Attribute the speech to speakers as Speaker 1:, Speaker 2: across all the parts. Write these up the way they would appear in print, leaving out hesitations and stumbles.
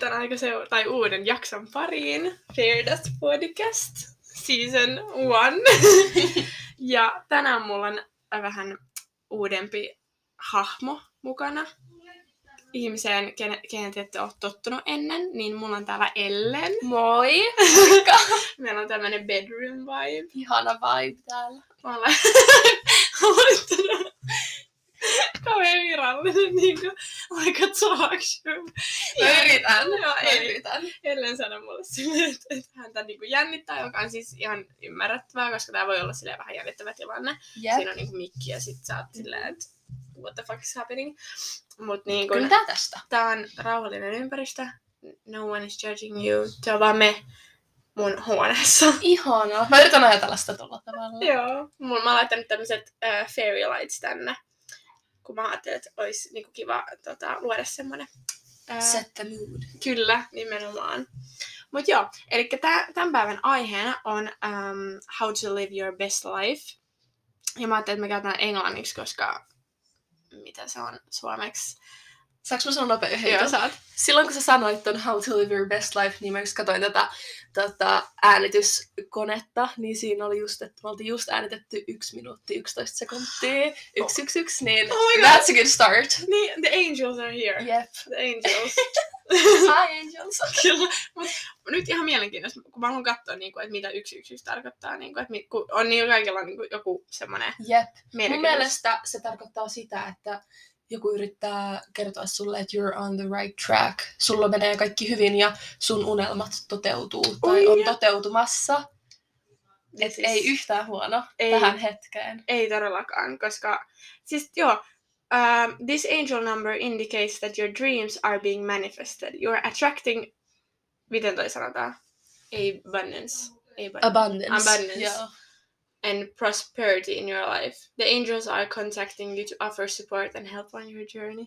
Speaker 1: on aika uuden jakson pariin. Fair Dust Podcast Season 1. Ja tänään mulla on vähän uudempi hahmo mukana. Ihmiseen, kenen te ette ole tottunut ennen, niin mulla on täällä Ellen.
Speaker 2: Moi!
Speaker 1: Meillä on tämmönen bedroom vibe.
Speaker 2: Ihana vibe täällä.
Speaker 1: Mä olen kauhean virallinen, niinku like a talk show.
Speaker 2: Mä yritän.
Speaker 1: Ellen sanoi mulle silleen, että häntä niinku jännittää, joka on siis ihan ymmärrettävää, koska tää voi olla silleen vähän jännittävä tilanne.
Speaker 2: Yep.
Speaker 1: Siinä on niinku mikki ja sit sä oot silleen, että what the fuck is happening. Mut niinku,
Speaker 2: Kyllä tää tästä.
Speaker 1: tää on rauhallinen ympäristö. No one is judging you. Se on vaan me mun huoneessa.
Speaker 2: Ihana. Mä yritän ajatella sitä tuolla tavalla.
Speaker 1: Joo. Mä oon laittanut tämmöset fairy lights tänne. Kun mä ajattelin, että olisi niinku kiva luoda semmonen.
Speaker 2: Set the mood.
Speaker 1: Kyllä, nimenomaan. Mut joo, eli tämän päivän aiheena on how to live your best life. Ja mä ajattelin, että me käytetään englanniksi, koska mitä se on suomeksi?
Speaker 2: Saanko mä sanoa nopea heitä?
Speaker 1: Joo, saat.
Speaker 2: Silloin kun sä sanoit ton How to Live Your Best Life, niin mä just katsoin tätä äänityskonetta, niin siinä oli just, että me oltiin just äänitetty 1 minuutti 11 sekuntia, 111, niin that's a good start.
Speaker 1: Niin, the angels are here.
Speaker 2: Yep.
Speaker 1: The angels.
Speaker 2: Hi angels.
Speaker 1: Kyllä. Mut nyt ihan mielenkiintoista, kun mä haluan katsoa, niinku, että mitä 111 tarkoittaa. Niinku, että kun on niin kaikilla niinku, joku semmoinen
Speaker 2: Jep.
Speaker 1: merkitys.
Speaker 2: Mun mielestä se tarkoittaa sitä, että joku yrittää kertoa sulle, että you're on the right track. Sulla menee kaikki hyvin ja sun unelmat toteutuu tai on toteutumassa. Et
Speaker 1: Siis
Speaker 2: ei yhtään huono
Speaker 1: ei.
Speaker 2: tähän hetkeen.
Speaker 1: Ei todellakaan, koska siis joo, this angel number indicates that your dreams are being manifested. You are attracting, miten toi sanotaan? Abundance.
Speaker 2: Abundance. Joo.
Speaker 1: And prosperity in your life. The angels are contacting you to offer support and help on your journey.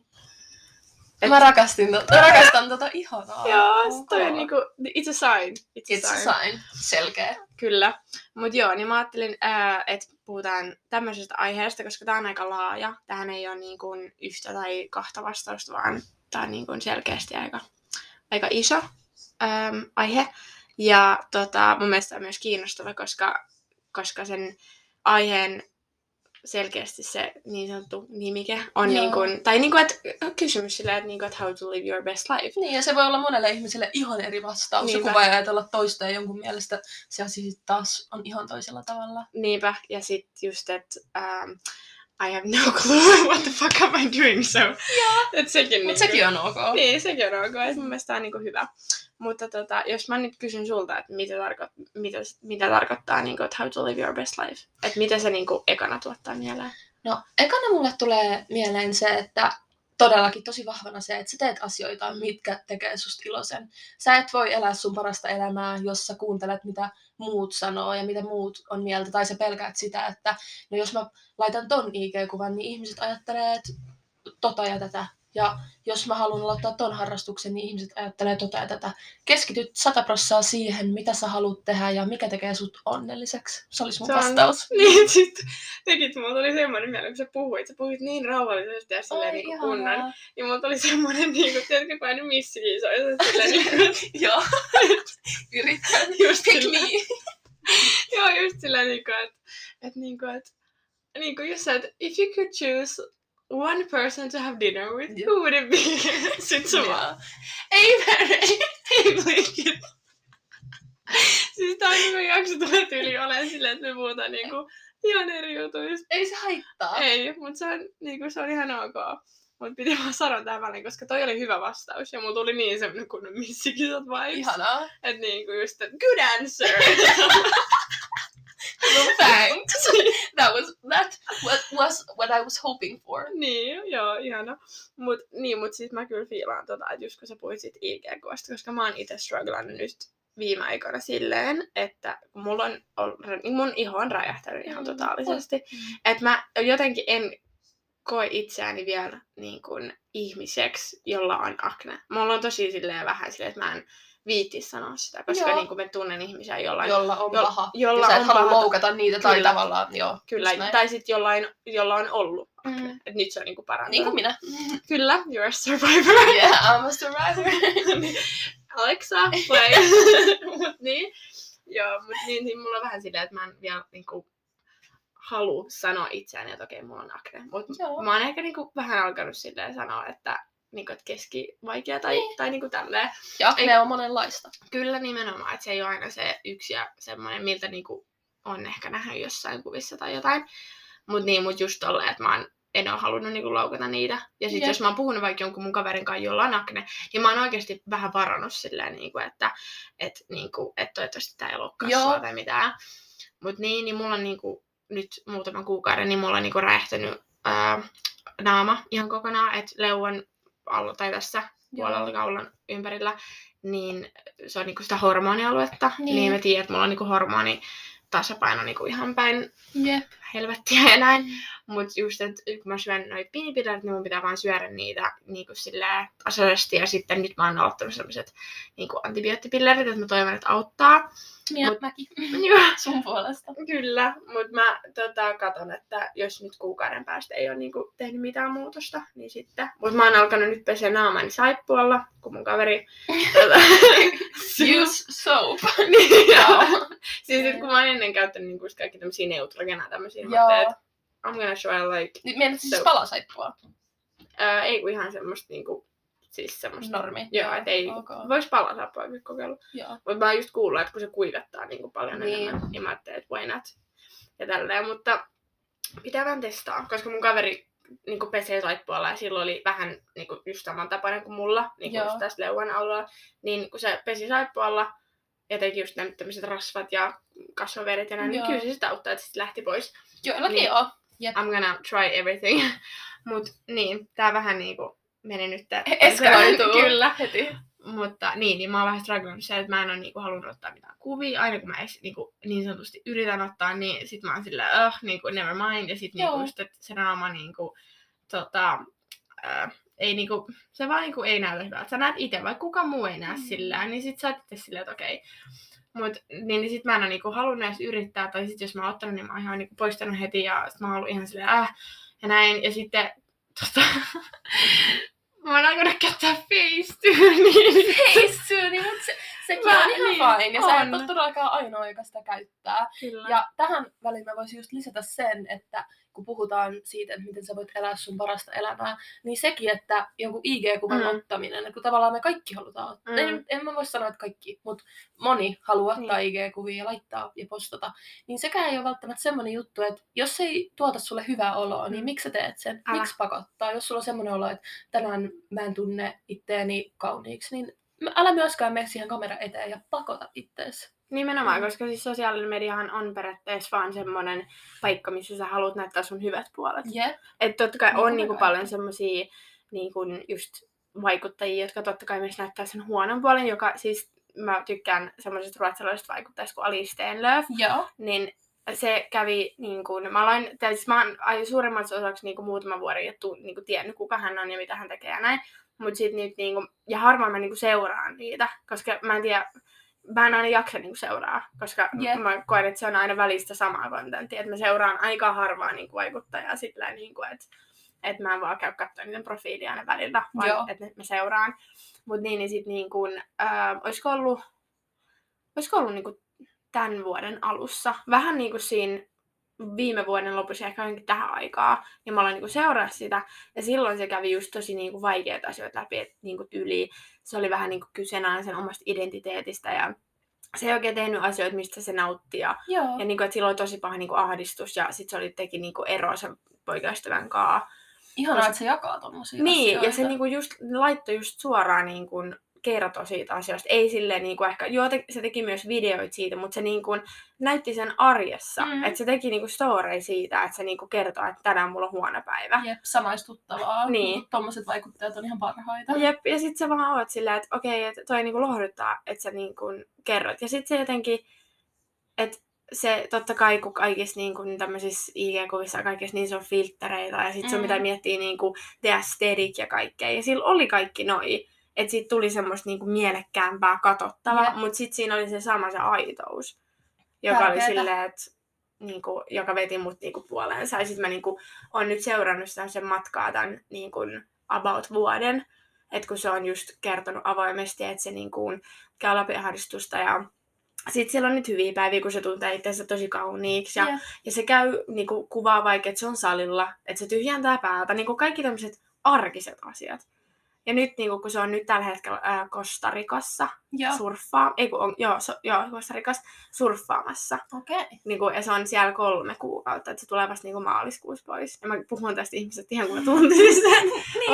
Speaker 2: Mä rakastan tota ihanaa.
Speaker 1: Joo, toi on niinku, it's a sign.
Speaker 2: It's a sign. Selkeä.
Speaker 1: Kyllä. Mut joo, niin mä ajattelin, että puhutaan tämmöisestä aiheesta, koska tää on aika laaja. Tähän ei ole niin kuin yhtä tai kahta vastausta, vaan tää on niin kuin selkeästi aika iso aihe. Ja mun mielestä on myös kiinnostava, koska sen aiheen selkeästi se niin sanottu nimike on niin kuin, tai niin kuin, että kysymys sillä, että, niin kuin, että how to live your best life.
Speaker 2: Niin, ja se voi olla monelle ihmiselle ihan eri vastaus.
Speaker 1: Niinpä.
Speaker 2: Joku voi ajatella toista ja jonkun mielestä se asia sitten taas on ihan toisella tavalla.
Speaker 1: Niinpä, ja sit just, että I have no clue what the fuck am I doing, so sekin,
Speaker 2: Mut sekin on ok.
Speaker 1: Niin, sekin on ok, ja mun mielestä tää on niinku hyvä. Mutta jos mä nyt kysyn sulta, että mitä tarkoittaa, niinku, että how to live your best life, että mitä se niinku ekana tuottaa mieleen?
Speaker 2: No, ekana mulle tulee mieleen se, että todellakin tosi vahvana se, että sä teet asioita, mitkä tekee susta iloisen. Sä et voi elää sun parasta elämää, jos sä kuuntelet, mitä muut sanoo ja mitä muut on mieltä, tai sä pelkäät sitä, että no jos mä laitan ton IG-kuvan, niin ihmiset ajattelee, että tota ja tätä. Ja jos mä haluan aloittaa ton harrastuksen, niin ihmiset ajattelee tota ja tätä. Keskityt 100% siihen, mitä sä haluat tehdä ja mikä tekee sut onnelliseksi. Se olisi mun vastaus.
Speaker 1: Niin, sit mulla tuli semmoinen mieleen, kun sä puhuit niin rauhallisesti ja silleen niin kunnan. Niin mulla tuli semmoinen, niin kuin, tiedätkö, kun aina missikin soi, silleen niin kuin,
Speaker 2: joo. Yritän.
Speaker 1: Just
Speaker 2: Pick
Speaker 1: silleen.
Speaker 2: me.
Speaker 1: Joo, just silleen, että jos sä, if you could choose one person to have dinner with, who would it be? Sit sä vaan. Ei Blake. Siis tää on koko jakso tulee tyyli olemaan silleen, että me puhutaan niinku ihan eri jutuista.
Speaker 2: Ei se haittaa.
Speaker 1: Ei, mut se on ihan ok. Mut piti vaan sanoa tähän väliin, koska toi oli hyvä vastaus. Ja mulla tuli niin semmonen kunnon missikisat vibes.
Speaker 2: Ihanaa.
Speaker 1: Et niinku just, että good answer!
Speaker 2: No thanks. That was what I was hoping for.
Speaker 1: Niin, joo, ihana. Mut siis mä kyllä fiilaan että just kun sä puhuit siitä IG-kuvasta, koska mä oon ite strugglannut nyt viime aikoina silleen, että mulla on mun iho on räjähtänyt ihan totaalisesti. Että mä jotenkin en koe itseäni vielä niin kuin ihmiseksi, jolla on akne. Mulla on tosi silleen vähän silleen, että viittis sanoa sitä, koska
Speaker 2: Joo.
Speaker 1: niinku me tunnen ihmisiä jollain,
Speaker 2: Jolla on paha.
Speaker 1: jolla
Speaker 2: ja sä et
Speaker 1: on
Speaker 2: halua
Speaker 1: paha.
Speaker 2: loukata niitä tai
Speaker 1: Kyllä.
Speaker 2: tavallaan, joo.
Speaker 1: Kyllä,
Speaker 2: just näin.
Speaker 1: tai sitten jolla on ollut akne. Et nyt se on niinku parantunut.
Speaker 2: Niin kuin minä.
Speaker 1: Kyllä, you're a survivor.
Speaker 2: Yeah, I'm a survivor.
Speaker 1: Alexa, play. Mut niin. Joo, mut niin mulla on vähän silleen, että mä en vielä niinku halua sanoa itseäni, että okei, mulla on akne. Mut
Speaker 2: Joo.
Speaker 1: mä oon ehkä niinku vähän alkanut silleen sanoa, että niinku, et keskivaikea tai niinku tälleen.
Speaker 2: Ja akne on monenlaista.
Speaker 1: Kyllä nimenomaan, että se ei ole aina se yksi ja semmoinen, miltä niinku on ehkä nähnyt jossain kuvissa tai jotain. Mut just tolleen, että en ole halunnut niinku loukata niitä. Ja sit jos mä oon puhunut vaikka jonkun mun kaverin kanssa, jolla on akne, niin mä oon oikeesti vähän varannut silleen, niinku, että toivottavasti tää ei loukkaa sua tai mitään. Mut niin mulla on niinku nyt muutaman kuukauden, niin mulla on niinku räjähtänyt naama ihan kokonaan, että leuan alla tai tässä puolella kaulan ympärillä, niin se on niinku sitä hormonialuetta. Niin mä tiedän, että mulla on niinku hormonitasapaino niinku ihan päin helvettiä ja näin. Mut just, että kun mä syön noita pienipillerit, niin mun pitää vaan syödä niitä niinku silleen tasaisesti. Ja sitten nyt mä oon aloittanut sellaiset niinku antibioottipillerit, että mä toivon, että auttaa.
Speaker 2: Ja mäkin. Sun puolesta.
Speaker 1: Kyllä, mutta mä katon, että jos nyt kuukauden päästä ei ole niinku tehnyt mitään muutosta, niin sitten. Mutta mä oon alkanut nyt peseä naamani saippualla, kun mun kaveri
Speaker 2: use soap.
Speaker 1: Niin, joo. Siis kun mä oon ennen käyttänyt niinku kaikki tämmösiä Neutrogena tämmösiä, mä että I'm gonna try like...
Speaker 2: Mielestäni siis palasaippua?
Speaker 1: Ei kun ihan semmoista niinku... Siis semmoista...
Speaker 2: Normi.
Speaker 1: Joo, et ei... Okay. Vois palasappuakin kokeilla. Mut mä oon just kuullut, että kun se kuivettaa niinku paljon enemmän, niin mä ajattelin, että why not? Ja tälleen, mutta... Pitää vähän testaa, koska mun kaveri niinku pesee saippualla ja silloin oli vähän niinku just samantapainen kuin mulla, niinku just tässä leuan alueella. Niin kun se pesi saippualla ja teki just nämä tämmöiset rasvat ja kasvovedet ja näin, niin kyllä se sitä auttaa, että sit lähti pois.
Speaker 2: Joillakin
Speaker 1: niin,
Speaker 2: joo.
Speaker 1: Yep. I'm gonna try everything. Mut niin, tää vähän niinku meni nyt...
Speaker 2: Eskaloituu.
Speaker 1: Kyllä. Heti. Mutta niin mä oon vähän strugglannut se, että mä en oo niinku halunnut ottaa mitään kuvia. Aina kun mä niinku, niin sanotusti yritän ottaa, niin sit mä oon silleen, niinku never mind. Ja sit niinku just, että se naama niinku, ei niinku, se vaan niinku ei näytä hyvältä. Sä näet ite, vaikka kuka muu ei näe sillä, niin sit sä oot itse silleen, että okei. Mut niin sit mä en oo niinku halunnut edes yrittää, tai sit jos mä oon ottanut, niin mä oon ihan niinku poistanut heti, ja sit mä oon ollut ihan silleen, ja näin. Ja sitten, mä oon alkanut käyttää Facetune.
Speaker 2: Facetune, mutta sekin on ihan fine. Ja sä et ole todellakaan ainoa, joka sitä käyttää. Kyllä. Ja tähän väliin mä voisin just lisätä sen, että kun puhutaan siitä, että miten sä voit elää sun parasta elämää, niin sekin, että jonkun IG-kuvan ottaminen, että kun tavallaan me kaikki halutaan ottaa. En mä voi sanoa, että kaikki, mutta moni haluaa ottaa IG-kuvia ja laittaa ja postata. Niin sekään ei ole välttämättä semmoinen juttu, että jos ei tuota sulle hyvää oloa, niin miksi sä teet sen? Miksi pakottaa? Jos sulla on semmoinen olo, että tänään mä en tunne itteeni kauniiksi, niin älä myöskään mene siihen kameran eteen ja pakota itteesi.
Speaker 1: Nimenomaan, koska siis sosiaalinen mediahan on periaatteessa vaan semmoinen paikka, missä sä haluat näyttää sun hyvät puolet. Että totta kai on niinku paljon semmosia niinku just vaikuttajia, jotka totta kai myös näyttää sen huonon puolen, joka siis mä tykkään semmoisesta ruotsalaisesta vaikuttajasta kuin Alice Stenlöf. Niin se kävi niinku, mä oon suuremmaksi osaksi niinku muutaman vuoden niinku tiennyt, kuka hän on ja mitä hän tekee ja näin. Mut sit nyt niinku, ja harvoin mä niinku seuraan niitä, koska mä en tiedä, mä en aina jaksa niinku seuraa, koska mä koen, että se on aina välistä samaa kontenttia, että mä seuraan aika harvaa niinku vaikuttajaa sillä niinku, että mä en vaan käy katsoa niiden profiilia aina välillä, vaan että mä seuraan. Mut niin sit niinku, oisko ollut niinku tämän vuoden alussa, vähän niinku siinä viime vuoden lopussa ehkä ainakin tähän aikaan, ja mä aloin niinku seuraa sitä, ja silloin se kävi just tosi niinku vaikeita asioita läpi, että niinku tyyliin se oli vähän niinku kyseenään sen omasta identiteetistä, ja se ei oikein tehnyt asioita, mistä se nautti, ja niinku, että sillä oli tosi paha niinku ahdistus, ja sit se teki niinku eroa sen poikaystävän kanssa.
Speaker 2: Ihanaa, että se jakaa tommosia
Speaker 1: niin,
Speaker 2: asioita.
Speaker 1: Ja se niinku just laittoi just suoraan niinku kertoi siitä asioista. Ei silleen niinku ehkä, se teki myös videoita siitä, mutta se niinku näytti sen arjessa. Että se teki niinku storei siitä, että se niinku kertoo, että tänään mulla on huono päivä.
Speaker 2: Jep, samaistuttavaa. Niin. Tommoset vaikuttajat on ihan parhaita.
Speaker 1: Jep, ja sit sä vaan oot silleen, että okei, että toi niinku lohduttaa, että sä niinku kerrot. Ja sit se jotenkin, että se totta kai, kun kaikissa niinku tämmöisissä IG-kuvissa ja kaikissa niissä on filttereitä ja sit sun pitää miettiä niinku the aesthetic ja kaikkea. Ja sillä oli kaikki noi. että siitä tuli semmoista niinku mielekkäämpää, katsottavaa, mutta sitten siinä oli se sama se aitous, joka oli silleen, että niinku, joka veti mut niinku puoleensa. Ja sitten mä niinku, on nyt seurannut sen matkaa tämän niinku, about vuoden, että kun se on just kertonut avoimesti, että se niinku, käy läpi ahdistusta ja sitten siellä on nyt hyviä päiviä, kun se tuntee itseänsä tosi kauniiksi. Ja se käy niinku, kuvaa vaikka, että se on salilla, että se tyhjentää päätä. Niinku, kaikki tämmöiset arkiset asiat. Ja nyt niinku, kun se on nyt tällä hetkellä Kostarikassa Kostarikassa surffaamassa.
Speaker 2: Okay.
Speaker 1: Niinku, ja se on siellä 3 kuukautta, että se tulee vasta niinku maaliskuussa pois. Ja mä puhun tästä ihmisestä ihan kuin mä tuntisin sen.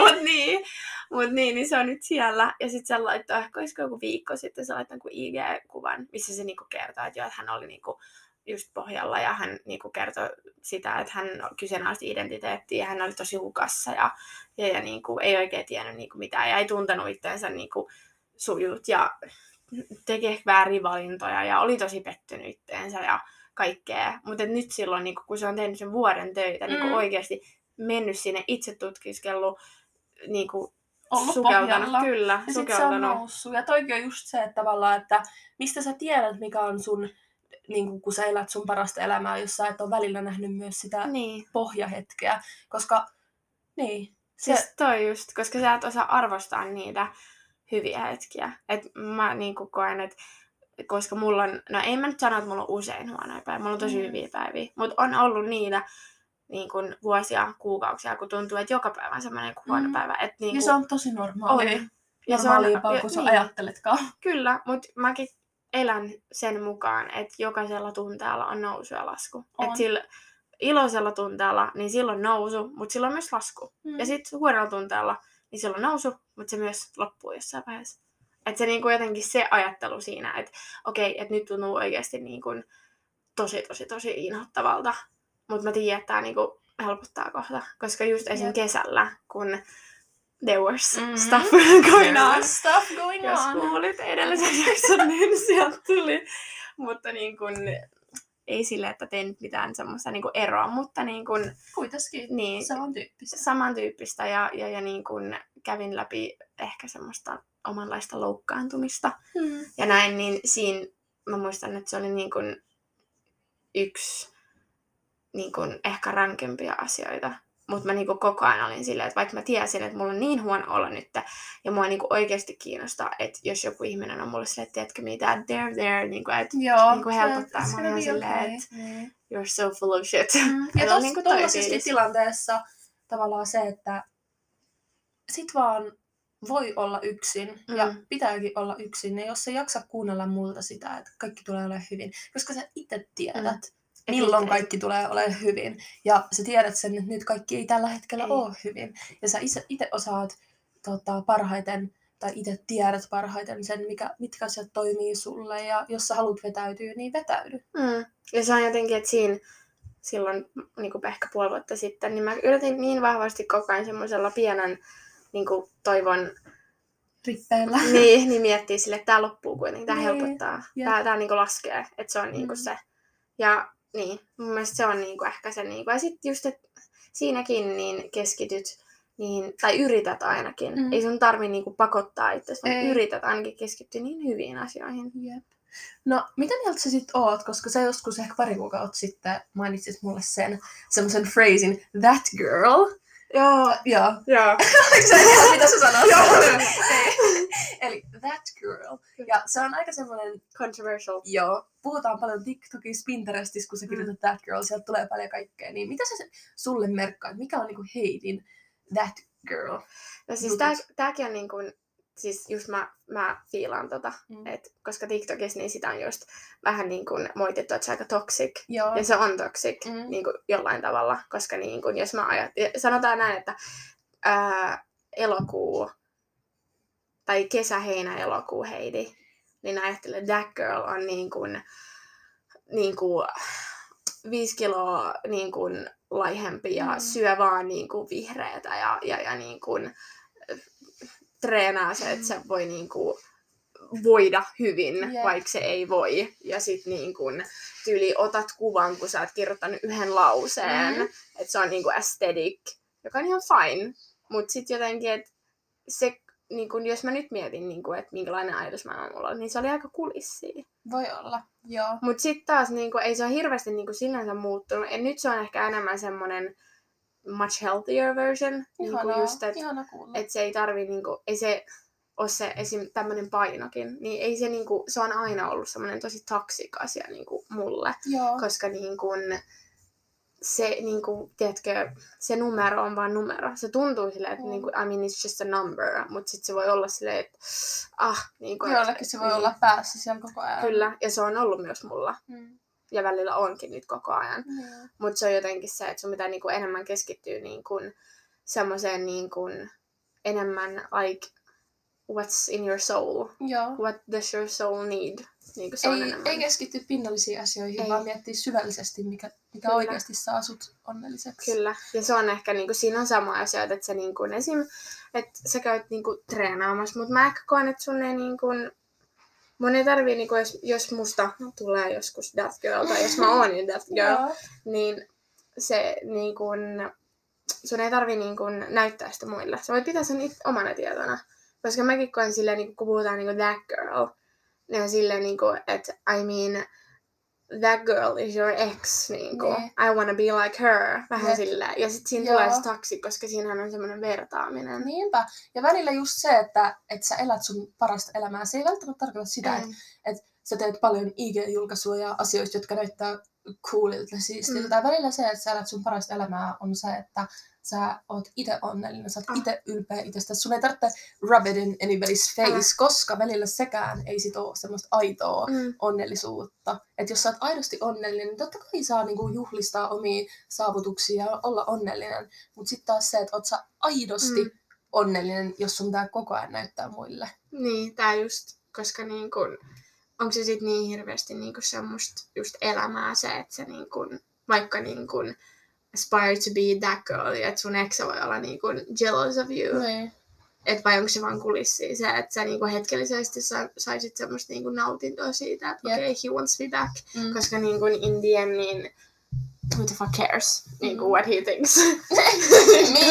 Speaker 1: Mut niin, se on nyt siellä. Ja sit se laittoi, ehkä olisiko joku viikko sitten, se laittoi IG-kuvan, missä se niinku kertoo, että hän oli niinku just pohjalla ja hän niinku kertoi sitä, että hän kyseenalaisti identiteettiä ja hän oli tosi hukassa ja niinku, ei oikein tiennyt niinku mitään ja ei tuntenut itseensä niinku sujut ja teki ehkä väärin valintoja ja oli tosi pettynyt itteensä ja kaikkea. Mutta nyt silloin, niinku, kun se on tehnyt sen vuoden töitä, niinku oikeasti mennyt sinne itse tutkiskellut, niinku, sukeltanut. Kyllä,
Speaker 2: ja sit se on noussut. Ja toikin on just se, että tavallaan, että mistä sä tiedät, mikä on sun, niin kun sä elät sun parasta elämää, jos sä et ole välillä nähnyt myös sitä pohjahetkeä. Koska,
Speaker 1: Siis toi just, koska sä et osaa arvostaa niitä hyviä hetkiä. Et mä niinku koen, että koska mulla on, no ei mä nyt sano, että mulla on usein huonoja päiviä, mulla on tosi hyviä päiviä, mutta on ollut niitä niin kuin vuosia, kuukausia, kun tuntuu, että joka päivä on semmoinen huono päivä. Et niin
Speaker 2: ja se on tosi normaalia. Normaalimpaa, kun sä ajatteletkaan.
Speaker 1: Kyllä, mutta mäkin elän sen mukaan, että jokaisella tunteella on nousu ja lasku. Että sillä iloisella tunteella, niin silloin nousu, mutta silloin myös lasku. Ja sitten huonolla tunteella, niin silloin nousu, mutta se myös loppuu jossain vaiheessa. Että se niinku jotenkin se ajattelu siinä, että okei, että nyt tuntuu oikeasti niinku tosi inhottavalta. Mutta mä tiedän, että tää niinku helpottaa kohta. Koska just esim. Kesällä, kun there was stuff going on. Jos kuulit edellisen jakson, niin sieltä tuli. Mutta niin kun, ei sille, että tein mitään semmoista niin eroa, mutta niin kun,
Speaker 2: kuitenkin
Speaker 1: niin, samantyyppistä ja niin kun kävin läpi ehkä semmoista omanlaista loukkaantumista. Ja näin, niin siinä mä muistan, että se oli niin kun yksi niin kun ehkä rankempia asioita. Mutta mä niinku koko ajan olin silleen, että vaikka mä tiesin, että mulla on niin huono olo nyt, ja mua niinku oikeasti kiinnostaa, että jos joku ihminen on mulle silleen, että tiedätkö mitä, there, niinku, että niinku helpottaa. Mä olin silleen, että you're so full of shit.
Speaker 2: Ja tuollaisessa tilanteessa tavallaan se, että sit vaan voi olla yksin, ja pitääkin olla yksin, ja jos sä jaksa kuunnella multa sitä, että kaikki tulee olemaan hyvin, koska sä itse tiedät, milloin kaikki tulee olemaan hyvin. Ja sä tiedät sen, että nyt kaikki ei tällä hetkellä ole hyvin. Ja sä itse osaat parhaiten, tai itse tiedät parhaiten sen, mitkä asiat toimii sulle. Ja jos sä haluat vetäytyä, niin vetäydy.
Speaker 1: Ja se on jotenkin, että silloin niin kuin ehkä puoli vuotta sitten, niin mä yritin niin vahvasti koko ajan semmoisella pienen niin kuin toivon
Speaker 2: rippeellä.
Speaker 1: Niin miettii sille, että tää loppuu kuitenkin, tää helpottaa. Tää niin kuin laskee, että se on niin kuin se. Ja niin, mun mielestä se on niinku ehkä se niinku, ja sit just, että siinäkin niin keskityt, niin, tai yrität ainakin. Ei sun tarvi niinku pakottaa itsesi, vaan yrität ainakin keskittyä niin hyviin asioihin.
Speaker 2: Jep. No, mitä mieltä sä sit oot, koska sä joskus ehkä pari kuukautta sitten mainitsit mulle semmoisen phrasein, that girl.
Speaker 1: Joo.
Speaker 2: Oliko sä ihan mitä sä sanoit? Joo. Eli that girl. Ja se on aika semmoinen
Speaker 1: controversial.
Speaker 2: Joo. Puhutaan paljon TikTokissa, Pinterestissä, kun sä kirjoitat that girl, sieltä tulee paljon kaikkea. Niin mitä se sulle merkkaa? Mikä on niinku Heidin that girl?
Speaker 1: No siis tääkin on niinku, siis just mä fiilaan että koska TikTokissa niin sitä on just vähän niin kuin moitettu, että se on aika toxic.
Speaker 2: Joo.
Speaker 1: Ja se on toxic niin kuin jollain tavalla, koska niin kuin, jos mä sanotaan näin, että elokuu tai kesä, heinä, elokuu Heidi, niin ajattelen, että that girl on niin kuin 5 kiloa niin kuin laihempi ja syö vaan niin kuin vihreätä ja niin kuin treenaa se, että se voi niinku voida hyvin, vaikka se ei voi. Ja sit niinku tyyli otat kuvan, kun sä oot kirjoittanut yhden lauseen. Että se on niinku aesthetic, joka on ihan fine. Mut sit jotenkin, että se niin kun, jos mä nyt mietin, niin kun, että minkälainen ajatusmaailma mulla on, niin se oli aika kulissia.
Speaker 2: Voi olla, joo.
Speaker 1: Mut sit taas niin kun, ei se ole hirveästi niin kun, sinänsä muuttunut. Ja nyt se on ehkä enemmän semmonen much healthier version. Niin kun just, että se ei tarvi, niin kun, ei se ole se esim. Tämmönen painokin. Niin ei se, niin kun, se on aina ollut semmonen tosi toxic asia niin kun, mulle.
Speaker 2: Joo.
Speaker 1: Koska niin kun, se, niin kuin, tiedätkö, se numero on vaan numero. Se tuntuu silleen, että niin kuin, I mean, it's just a number, mutta sitten se voi olla silleen, että niin kuin,
Speaker 2: jollekin se voi olla päässä siellä koko ajan.
Speaker 1: Kyllä, ja se on ollut myös mulla. Ja välillä onkin nyt koko ajan. Mutta se on jotenkin se, että sun pitää niin kuin, enemmän keskittyä niin kuin, semmoiseen niin kuin, enemmän like, what's in your soul?
Speaker 2: Joo.
Speaker 1: What does your soul need? Niin kuin se
Speaker 2: ei keskitty pinnallisiin asioihin, vaan miettiä syvällisesti, mikä oikeasti saa sut onnelliseksi.
Speaker 1: Kyllä, ja se on ehkä, niinku, siinä on sama asia, että se niinku, esim. Että sä käyt niinku, treenaamassa, mutta mä ehkä koen, että sun ei niinku, mun ei tarvii, niinku, jos musta tulee joskus Death Girl, tai jos mä oon Death Girl, niin se niinku, sun ei tarvii niinku, näyttää sitä muille. Sä voit pitää sen omana tietona, koska mäkin koen silleen, niinku, kun puhutaan niinku, That Girl, niin on silleen, niinku, että I mean, that girl is your ex, niinku. I wanna be like her, vähän silleen. Ja sit siinä tulee se taksi, koska siinähän on semmoinen vertaaminen.
Speaker 2: Niinpä. Ja välillä just se, että sä elät sun parasta elämää, se ei välttämättä tarkoita sitä, että sä teet paljon IG-julkaisuja ja asioista, jotka näyttää coolilta ja siistiltä. Tai välillä se, että sä elät sun parasta elämää, on se, että sä oot itse onnellinen, sä oot itse ylpeä itsestä. Sun ei tarvitse rub it in anybody's face, koska välillä sekään ei sit oo semmoista aitoa onnellisuutta. Että jos sä oot aidosti onnellinen, niin totta kai saa niinku juhlistaa omia saavutuksia ja olla onnellinen. Mut sit taas se, että oot sä aidosti onnellinen, jos sun pitää koko ajan näyttää muille.
Speaker 1: Niin, tää just, koska niinku, onko se sit niin hirveästi niinku semmoista just elämää se, että se niinku, vaikka niinku aspire to be that girl, ja että sun ex voi olla niinku jealous of you. Et vai onko se vaan kulissia se, että sä niinku hetkellisesti saisit semmoista niinku nautintoa siitä, että okei, he wants me back. Koska niinku in the end, niin who the fuck cares? Niinku what he thinks.
Speaker 2: Me.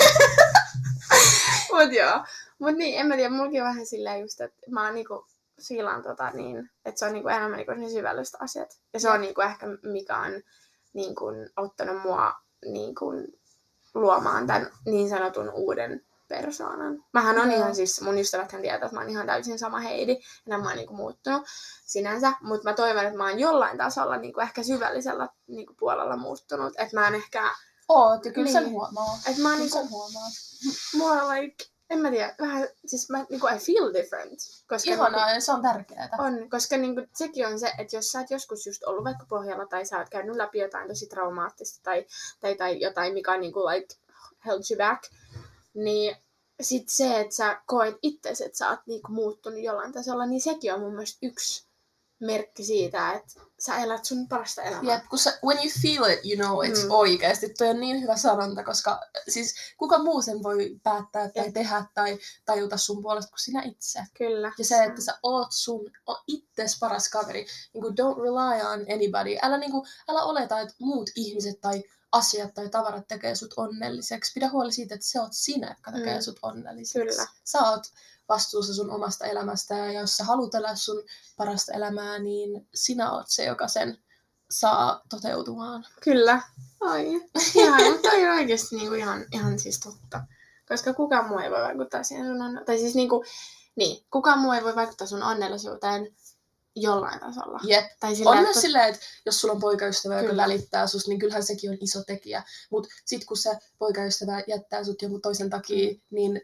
Speaker 1: Mut joo. Mut niin, en mä tiedä, mullakin on vähän silleen just, että mä oon niinku fiilaan niin, että se on niinku enemmän niinku ne syvälliset asiat. Ja se on niinku ehkä mikä on niinku auttanut mua niinku luomaan tämän niin sanotun uuden persoonan. Mähän on ihan siis, mun ystäväthän tietää, että mä oon ihan täysin sama Heidi, enää mä oon niinku muuttunut sinänsä, mutta mä toivon, että mä oon jollain tasolla niinku ehkä syvällisellä niinku puolella muuttunut, että mä en ehkä...
Speaker 2: Oot, ja kyllä sen huomaa.
Speaker 1: Että mä oon niinku... Mulla like... En mä tiedä, vähän, siis mä niinku I feel different. Koska
Speaker 2: ihanaa,
Speaker 1: niinku,
Speaker 2: ja se on tärkeää.
Speaker 1: On, koska niinku, sekin on se, että jos sä oot joskus just ollut vaikka pohjalla, tai sä oot käynyt läpi jotain tosi traumaattista, tai jotain, mikä on niinku like held you back, niin sit se, että sä koet itsesi, että sä oot niinku muuttunut jollain tasolla, niin sekin on mun mielestä yksi merkki siitä, että sä elät sun parasta elämää.
Speaker 2: Jep, kun when you feel it, you know it's oikeasti. Toi on niin hyvä sanonta, koska siis kuka muu sen voi päättää tai tehdä tai tajuta sun puolesta kuin sinä itse.
Speaker 1: Kyllä.
Speaker 2: Ja se, että sä oot itses paras kaveri. Niinku, don't rely on anybody. Älä oleta, että muut ihmiset tai asiat tai tavarat tekee sut onnelliseksi. Pidä huoli siitä, että se oot sinä, joka tekee sut onnelliseksi.
Speaker 1: Kyllä.
Speaker 2: Sä oot vastuussa sun omasta elämästä, ja jos sä haluat elää sun parasta elämää, niin sinä oot se, joka sen saa toteutumaan.
Speaker 1: Kyllä. Ai. Ihan, mutta toi on oikeasti niinku ihan siis totta. Koska kukaan muu ei voi vaikuttaa siihen sun tai siis kukaan muu ei voi vaikuttaa sun onnellisuuteen jollain tasolla.
Speaker 2: Jep.
Speaker 1: Tai
Speaker 2: on myös silleen, että jos sulla on poikaystävä, joka välittää susta, niin kyllähän sekin on iso tekijä. Mutta sit kun se poikaystävä jättää sut jonkun toisen takia, niin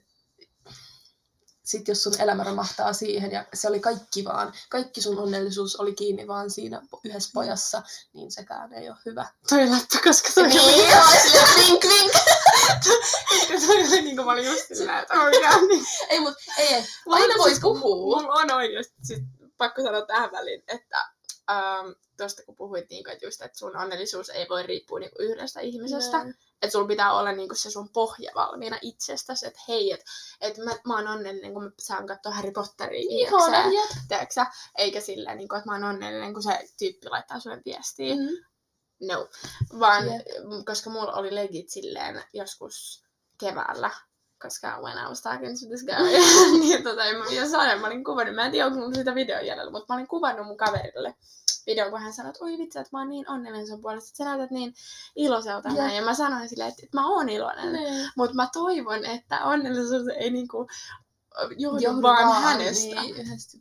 Speaker 2: sit jos sun elämä romahtaa siihen, ja se oli kaikki sun onnellisuus oli kiinni vaan siinä yhdessä pojassa, niin sekään ei ole hyvä.
Speaker 1: Toi läppä, koska toi
Speaker 2: oli vink vink.
Speaker 1: Koska toi oli niinku mä olin just sillä, että oikein.
Speaker 2: Ei, mut ei. Aina vois puhua.
Speaker 1: Mulla on oikeesti siis pakko sanoa tähän väliin, että tuosta kun puhuit, niinku, että just, että sun onnellisuus ei voi riippua niinku yhdestä ihmisestä. Että sulla pitää olla niinku se sun pohja valmiina itsestäsi, että hei, että mä oon onnellinen, kun mä saan katsoa Harry Potteria. Tiedätkö? Eikä silleen, niinku, että mä oon onnellinen, kun se tyyppi laittaa sulle viestiä. No. Vaan, koska mulla oli legit silleen joskus keväällä, koska when I was talking to this guy, niin en mä vielä sanoin, mä olin kuvannut, mä en tiedä, onko mulla sitä videon jäljellä, mutta mä olin kuvannut mun kaverille videon, kun hän sanoi, että oi vitsi, että mä oon niin onnellinen sun puolesta, että sä näytät niin iloiselta näin. Ja mä sanoin silleen, että mä oon iloinen, mutta mä toivon, että onnellisuus ei niinku johdu vaan hänestä.
Speaker 2: Niin, yhdessä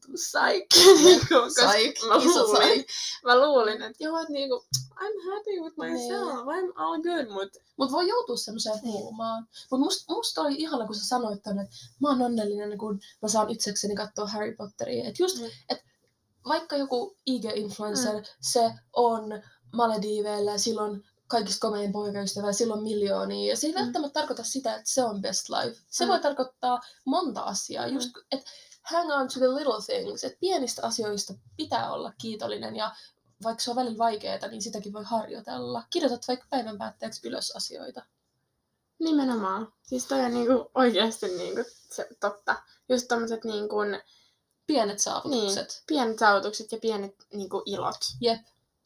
Speaker 1: Mä luulin, että joo, että niinku, I'm happy with myself, I'm all good,
Speaker 2: Mut voi joutua semmoiseen huumaan. Mut musta oli ihana, kun sä sanoit tonne, että mä oon onnellinen, kun mä saan itsekseni katsoa Harry Potteria. Et just, että vaikka joku IG-influencer, se on Malediiveillä, silloin kaikista komein poikaystävää, silloin miljoonia. Ja se ei välttämättä tarkoita sitä, että se on best life. Se voi tarkoittaa monta asiaa. Just, että hang on to the little things. Että pienistä asioista pitää olla kiitollinen. Ja vaikka se on välillä vaikeaa, niin sitäkin voi harjoitella. Kirjoitat vaikka päivän päätteeksi ylös asioita.
Speaker 1: Nimenomaan. Siis toi on niinku oikeasti niinku se totta. Just tommoset niinku
Speaker 2: pienet saavutukset.
Speaker 1: Niin, pienet saavutukset ja pienet niinku ilot.
Speaker 2: Jep.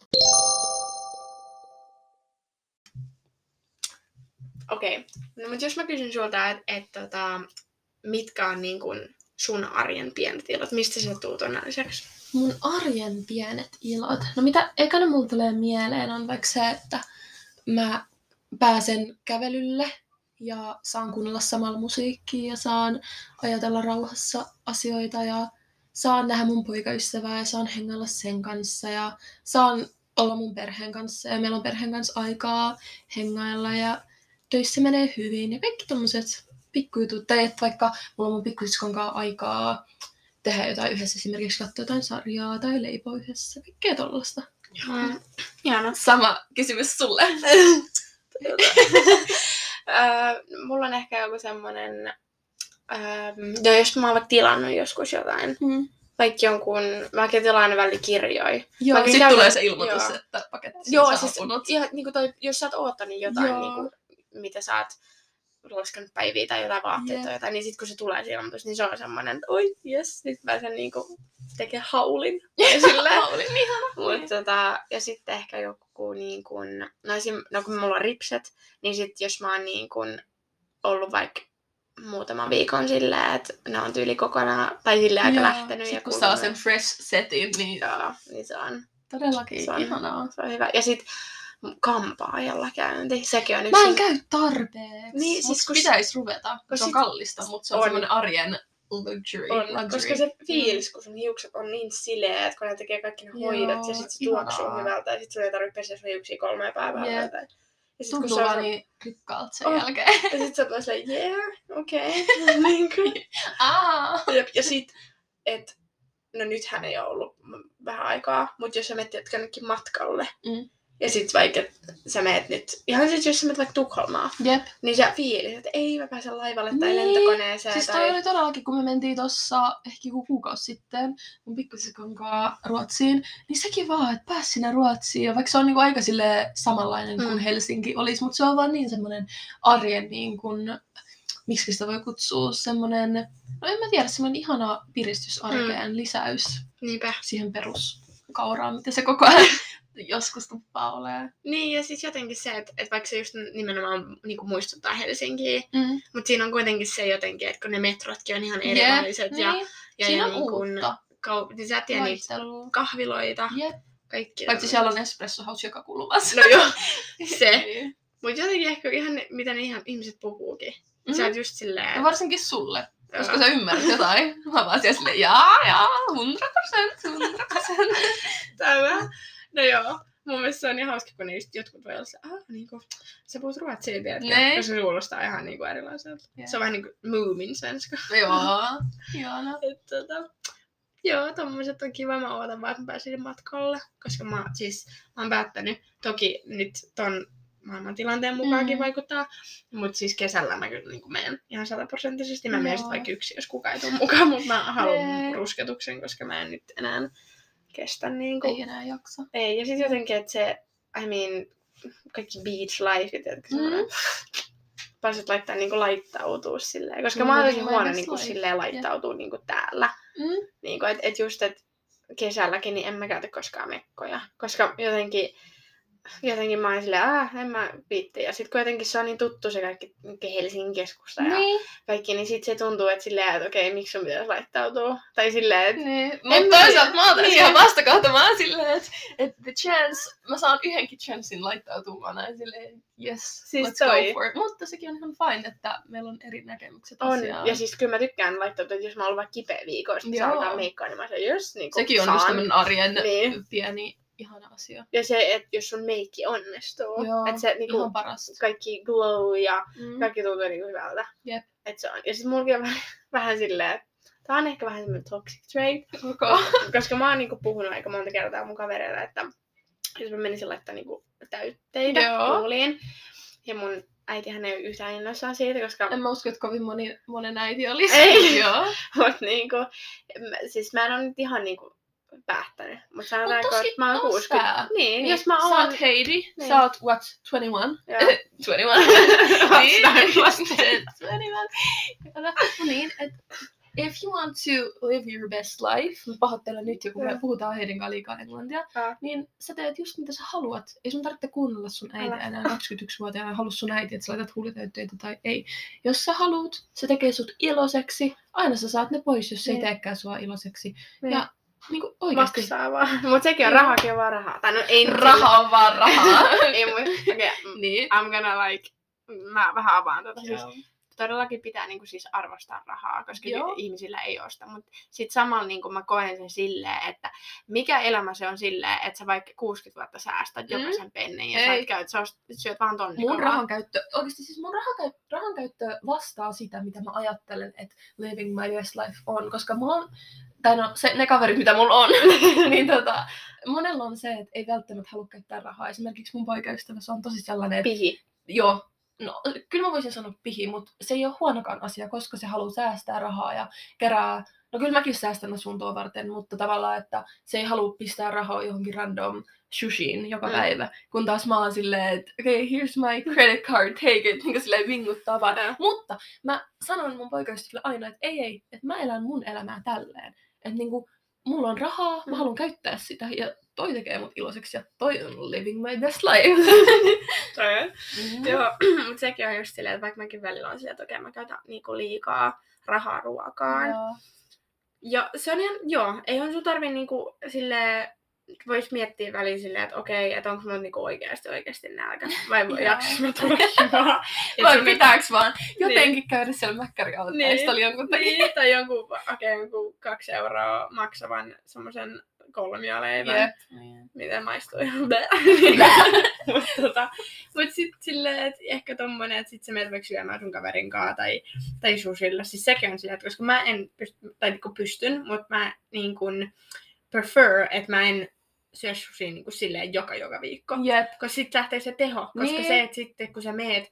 Speaker 1: Okei. No mut jos mä kysyn sulta, että mitkä on niinku sun arjen pienet ilot, mistä sä tuut onnelliseksi?
Speaker 2: Mun arjen pienet ilot? No mitä ekana mulla tulee mieleen on vaikka se, että mä pääsen kävelylle ja saan kuunnella samalla musiikkia ja saan ajatella rauhassa asioita ja saan nähdä mun poikaystävää ja saan hengailla sen kanssa ja saan olla mun perheen kanssa ja meillä on perheen kanssa aikaa hengailla ja töissä menee hyvin ja kaikki tommoset pikkujutut. Tai että vaikka mulla on mun pikkusiskon kanssa aikaa tehdä jotain yhdessä, esimerkiksi katsoa jotain sarjaa tai leipoa yhdessä. Kaikkea tollaista.
Speaker 1: Ihana.
Speaker 2: Sama kysymys sulle.
Speaker 1: Mulla on ehkä joku semmonen, jos mä oon vaikka tilannut joskus jotain, vaikka jonkun, mäkin tilaan aina välillä kirjoja.
Speaker 2: Joo, sit tulee se ilmoitus, että paketti on saapunut.
Speaker 1: Siis, niinku jos sä oot oottanut jotain, niinku, mitä sä oot laskenut päiviä tai jotain vaatteita tai jotain, niin sit kun se tulee se ilmoitus, niin se on semmonen, että oi jes, nyt pääsen niinku tekee haulin.
Speaker 2: Haulin, ihana.
Speaker 1: Ja sitten ehkä joku niinku, no kun mulla on ripset, niin sit jos mä oon niinku ollut vaikka muutaman viikon silleen, että ne on tyyli kokonaan, tai silleen aika lähtenyt.
Speaker 2: Sit kun saa sen fresh setin, niin,
Speaker 1: niin se on
Speaker 2: todellakin ihanaa.
Speaker 1: Se on hyvä. Ja sit kampaajalla käynti, sekin on
Speaker 2: yksi. Mä en käy tarpeeksi. Niin, siis pitäis ruveta, kun se on kallista, mutta se on semmonen arjen luxury.
Speaker 1: Koska se fiilis, kun sun hiukset on niin sileät, kun ne tekee kaikki ne hoidot, ja sit se tuoksuu hyvältä, ja sit sun ei tarvitse pestä sun hiuksia 3 päivää.
Speaker 2: Ja sit tuntuu vaan niin rikkaalta sen jälkeen.
Speaker 1: Ja sit sä oot silleen, okei. Ja sit, et, no nythän ei ole ollut vähän aikaa, mut jos sä menet jonnekin matkalle, ja sit vaikka sä meet nyt, ihan sit jos sä menet vaikka Tukholmaan, niin sä fiilis, että ei mä pääsen laivalle tai lentokoneeseen.
Speaker 2: Siis toi oli todellakin, kun me mentiin tossa ehkä joku kuukausi sitten mun pikkusiskon kanssa Ruotsiin, niin sekin vaan, että pääsi sinne Ruotsiin. Ja vaikka se on niinku aika silleen samanlainen kuin Helsinki olisi, mutta se on vaan niin semmonen arjen niin kuin, miksi sitä voi kutsua, semmonen, no en mä tiedä, semmonen ihana piristysarkeen lisäys.
Speaker 1: Niinpä.
Speaker 2: Siihen peruskauraan, mitä se koko ajan joskus tuppaa olemaan.
Speaker 1: Niin, ja siis jotenkin se, että vaikka se just nimenomaan niinku muistuttaa Helsinkiä, mutta siinä on kuitenkin se jotenkin, että kun ne metrotkin on ihan erilaiset. Ja
Speaker 2: siinä on
Speaker 1: niinku,
Speaker 2: uutta.
Speaker 1: Niin sä tiedät niitä kahviloita. Kaikki.
Speaker 2: Vaikka siellä on espresso house joka kulmassa.
Speaker 1: No joo, se. Mutta jotenkin ehkä ihan mitä ne ihan ihmiset puhuukin. Sä oot just silleen...
Speaker 2: No varsinkin sulle. Koska sä ymmärrät jotain. Mä vaan siellä silleen, jaa, 100%.
Speaker 1: Tämä. No joo, mun mielestä se on ihan hauska, kun jotkut voi olla se, niinku, sä puhut ruotsia, tiedätkö? Koska se kuulostaa ihan niinku erilaiselta. Se on vähän niinku Moomin svenska.
Speaker 2: Joo, ihana.
Speaker 1: Joo, tommoset on kiva. Mä ootan vaan, että mä pääsin matkalle. Koska mä oon päättänyt, toki nyt ton maailman tilanteen mukaankin vaikuttaa, mutta siis kesällä mä kyllä niin menen ihan 100%. Mä menen vaikka yksi, jos kukaan ei tule mukaan, mutta mä haluan rusketuksen, koska mä en nyt enää kestä niinku.
Speaker 2: Ei enää jaksa.
Speaker 1: Ei, ja sit jotenkin, että se, kaikki beach life, tiedätkö semmoinen, pääset laittaa niinku laittautua silleen, koska mä oon tosi huono niinku silleen laittautua niinku täällä. Niinku, et just, että kesälläkin niin en mä käytä koskaan mekkoja, koska jotenkin jotenkin mä oon silleen, en mä viitti. Ja sit kun jotenkin se on niin tuttu se kaikki Helsingin keskusta ja
Speaker 2: Niin.
Speaker 1: kaikki, niin sit se tuntuu, että silleen, että okei, miksi sun pitäisi laittautua? Tai silleen, että...
Speaker 2: Niin. Mutta toisaalta mä otan ihan vastakohta. Mä oon silleen, että the chance, mä saan yhdenkin chanssin laittautumaan näin silleen, yes,
Speaker 1: Siis
Speaker 2: let's go for it. Mutta sekin on ihan fine, että meillä on eri näkemykset asiaan.
Speaker 1: Ja siis kyllä mä tykkään laittaa, että jos mä oon vaikka kipeä viikoista, niin saa alkaa meikkaa, niin mä sanon, jos niin
Speaker 2: sekin on just tämmönen arjen pieni ihana asia.
Speaker 1: Ja se, että jos sun meikki onnistuu, että se niinku
Speaker 2: ihan parasta.
Speaker 1: Kaikki glow ja kaikki tuntuu niinku hyvältä.
Speaker 2: Jep.
Speaker 1: Et se on. Ja sit mullakin on vähän silleen, tää on ehkä vähän semmonen toxic trait. Koska mä oon niinku puhunut aika monta kertaa mun kavereille, että jos mä menisin laittaa niinku täytteitä kuuliin. Ja mun äitihän ei ole yhtään innoissaan siitä, koska...
Speaker 2: En mä usko, että kovin monen äiti olisi.
Speaker 1: Ei, mut niinku... Siis mä en oo nyt ihan niinku päättänyt. Mut sanotaanko, että mä oon 60. Niin, jos mä oon...
Speaker 2: Sä oot Heidi.
Speaker 1: Niin.
Speaker 2: Sä oot, what, 21?
Speaker 1: Joo.
Speaker 2: 21. 21. Niin, että if you want to live your best life, mä pahoittelen nyt, kun me puhutaan Heidin kanssa liikaa englantia, niin sä teet just mitä sä haluat. Ei sun tarvitse kuunnella sun äitiä enää 21-vuotiaana ja halua sun äitiä, että sä laitat huulitäytteitä tai ei. Jos sä haluut, se tekee sut iloiseksi. Aina sä saat ne pois, jos se ei teekään sua iloiseksi. Ja niinku oikeesti.
Speaker 1: Maksaa vaan. Mut sekin on rahakin on vaan rahaa. Tai no ei
Speaker 2: raha on vaan rahaa.
Speaker 1: Ei okei.
Speaker 2: Niin.
Speaker 1: I'm gonna like... Mä vähän avaan tätä. Siis todellakin pitää niinku siis arvostaa rahaa, koska ihmisillä ei osta. Mut sit samalla niinku mä koen sen silleen, että mikä elämä se on silleen, että sä vaikka 60 vuotta säästät jokaisen pennin ja sä et käy, että syöt vaan tonnikovaa.
Speaker 2: Mun rahankäyttö, oikeesti siis mun rahankäyttö vastaa sitä, mitä mä ajattelen, että living my best life on, koska mulla on, tai no ne kaverit, mitä mulla on, niin monella on se, että ei välttämättä halua käyttää rahaa. Esimerkiksi mun poikaystävässä on tosi sellainen, että...
Speaker 1: Pihi.
Speaker 2: Joo. No, kyllä mä voisin sanoa pihi, mutta se ei ole huonokaan asia, koska se haluaa säästää rahaa ja kerää... No kyllä mäkin säästän asuntoa varten, mutta tavallaan, että se ei halua pistää rahaa johonkin random shushiin joka päivä. Kun taas mä oon silleen, että okay, here's my credit card, take it, niin kuin silleen vinguttaa vaan. Mutta mä sanon mun poikaystäville aina, että ei, että mä elän mun elämää tälleen. Että niinku, mulla on rahaa, mä haluan käyttää sitä ja toi tekee mut iloiseksi ja toi on living my best life.
Speaker 1: Joo, mutta sekin on just silleen, että vaikka mäkin välillä on silleen, että okei, mä käytän niinku liikaa rahaa ruokaan. Ja se on ihan, eihän sun tarvii niinku silleen, vois miettiä väliin silleen, että okei, että onko mulla niinku oikeasti nälkä. Vai jaksas mä tulla hyvää.
Speaker 2: Vai pitääks vaan jotenkin käydä siellä mäkkäriautteista jonkun takia.
Speaker 1: Niin, tai jonkun 2 euroa maksavan semmosen kolmioleivän. Miten maistuu ihan Mut sit silleen, että ehkä tommonen, että sit sä menet vaikka syömään sun kaverin kaa tai sushilla. Siis sekin on silleen, että koska mä en pystyn, mut mä niin kun prefer, että mä en syö sushia niin kun silleen joka viikko. Koska sit lähtee se teho. Koska se, että sitten kun sä meet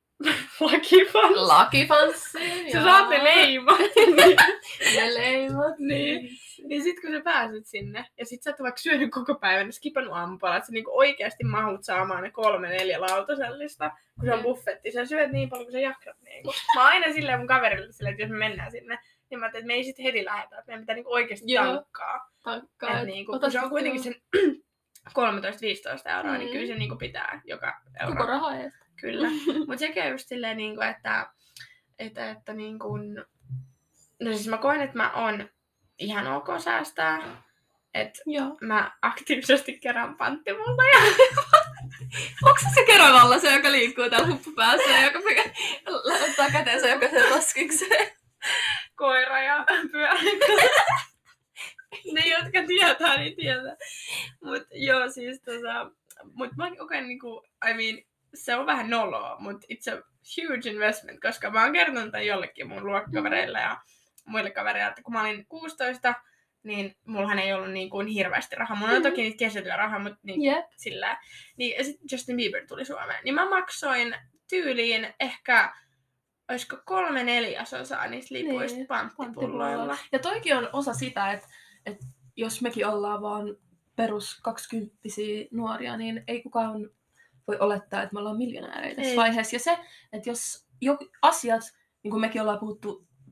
Speaker 2: Lakifanssiin.
Speaker 1: Sä saat ne leimat.
Speaker 2: Ne leimat.
Speaker 1: Niin. Ja sit kun sä pääset sinne, ja sit sä oot vaikka syönyt koko päivän ja skipannut aamupalat, että sä niinku oikeesti mahut saamaan ne 3-4 lautasellista, kun se on buffetti. Sä syöt niin paljon, kun sä jaksat niinku. Mä oon aina silleen mun kaverille silleen, että jos me mennään sinne, niin mä ajattelin, että me ei sit heti lähetä, että meidän pitää niinku oikeesti tankkaa. Et niinku, kun se on kuitenkin sen 13-15 euroa, niin kyllä se niinku pitää joka euro.
Speaker 2: Koko raha eestä.
Speaker 1: Kyllä. Mut sekin on just silleen, niinku, että niinku... No siis mä koen, että mä oon ihan ok säästää. Että mä aktiivisesti kerään panttimulleja.
Speaker 2: Onko se Keravalla se, joka liikkuu täällä huppupäässä ja joka ottaa käteensä jokaisen roskikseen?
Speaker 1: Koira ja pyörä. Ne, jotka tietää, niin tietää. Mut joo, siis mut mä koen niinku, I mean, se on vähän noloa, mut it's a huge investment, koska mä oon kertonut tämän jollekin mun luokkakavereille ja muille kavereille, että kun mä olin 16, niin mullahan ei ollut niin kuin hirveästi rahaa. Mulla on toki niitä kesätyörahaa, mutta niin sillä. Niin, ja sitten Justin Bieber tuli Suomeen. Niin mä maksoin tyyliin ehkä, olisiko 3/4 niistä lipuista panttipulloilla.
Speaker 2: Ja toikin on osa sitä, että jos mekin ollaan vaan perus 20-vuotiaita nuoria, niin ei kukaan voi olettaa, että me ollaan miljonäärejä tässä vaiheessa. Ja se, että jos asiat, niin kuin mekin ollaan puhuttu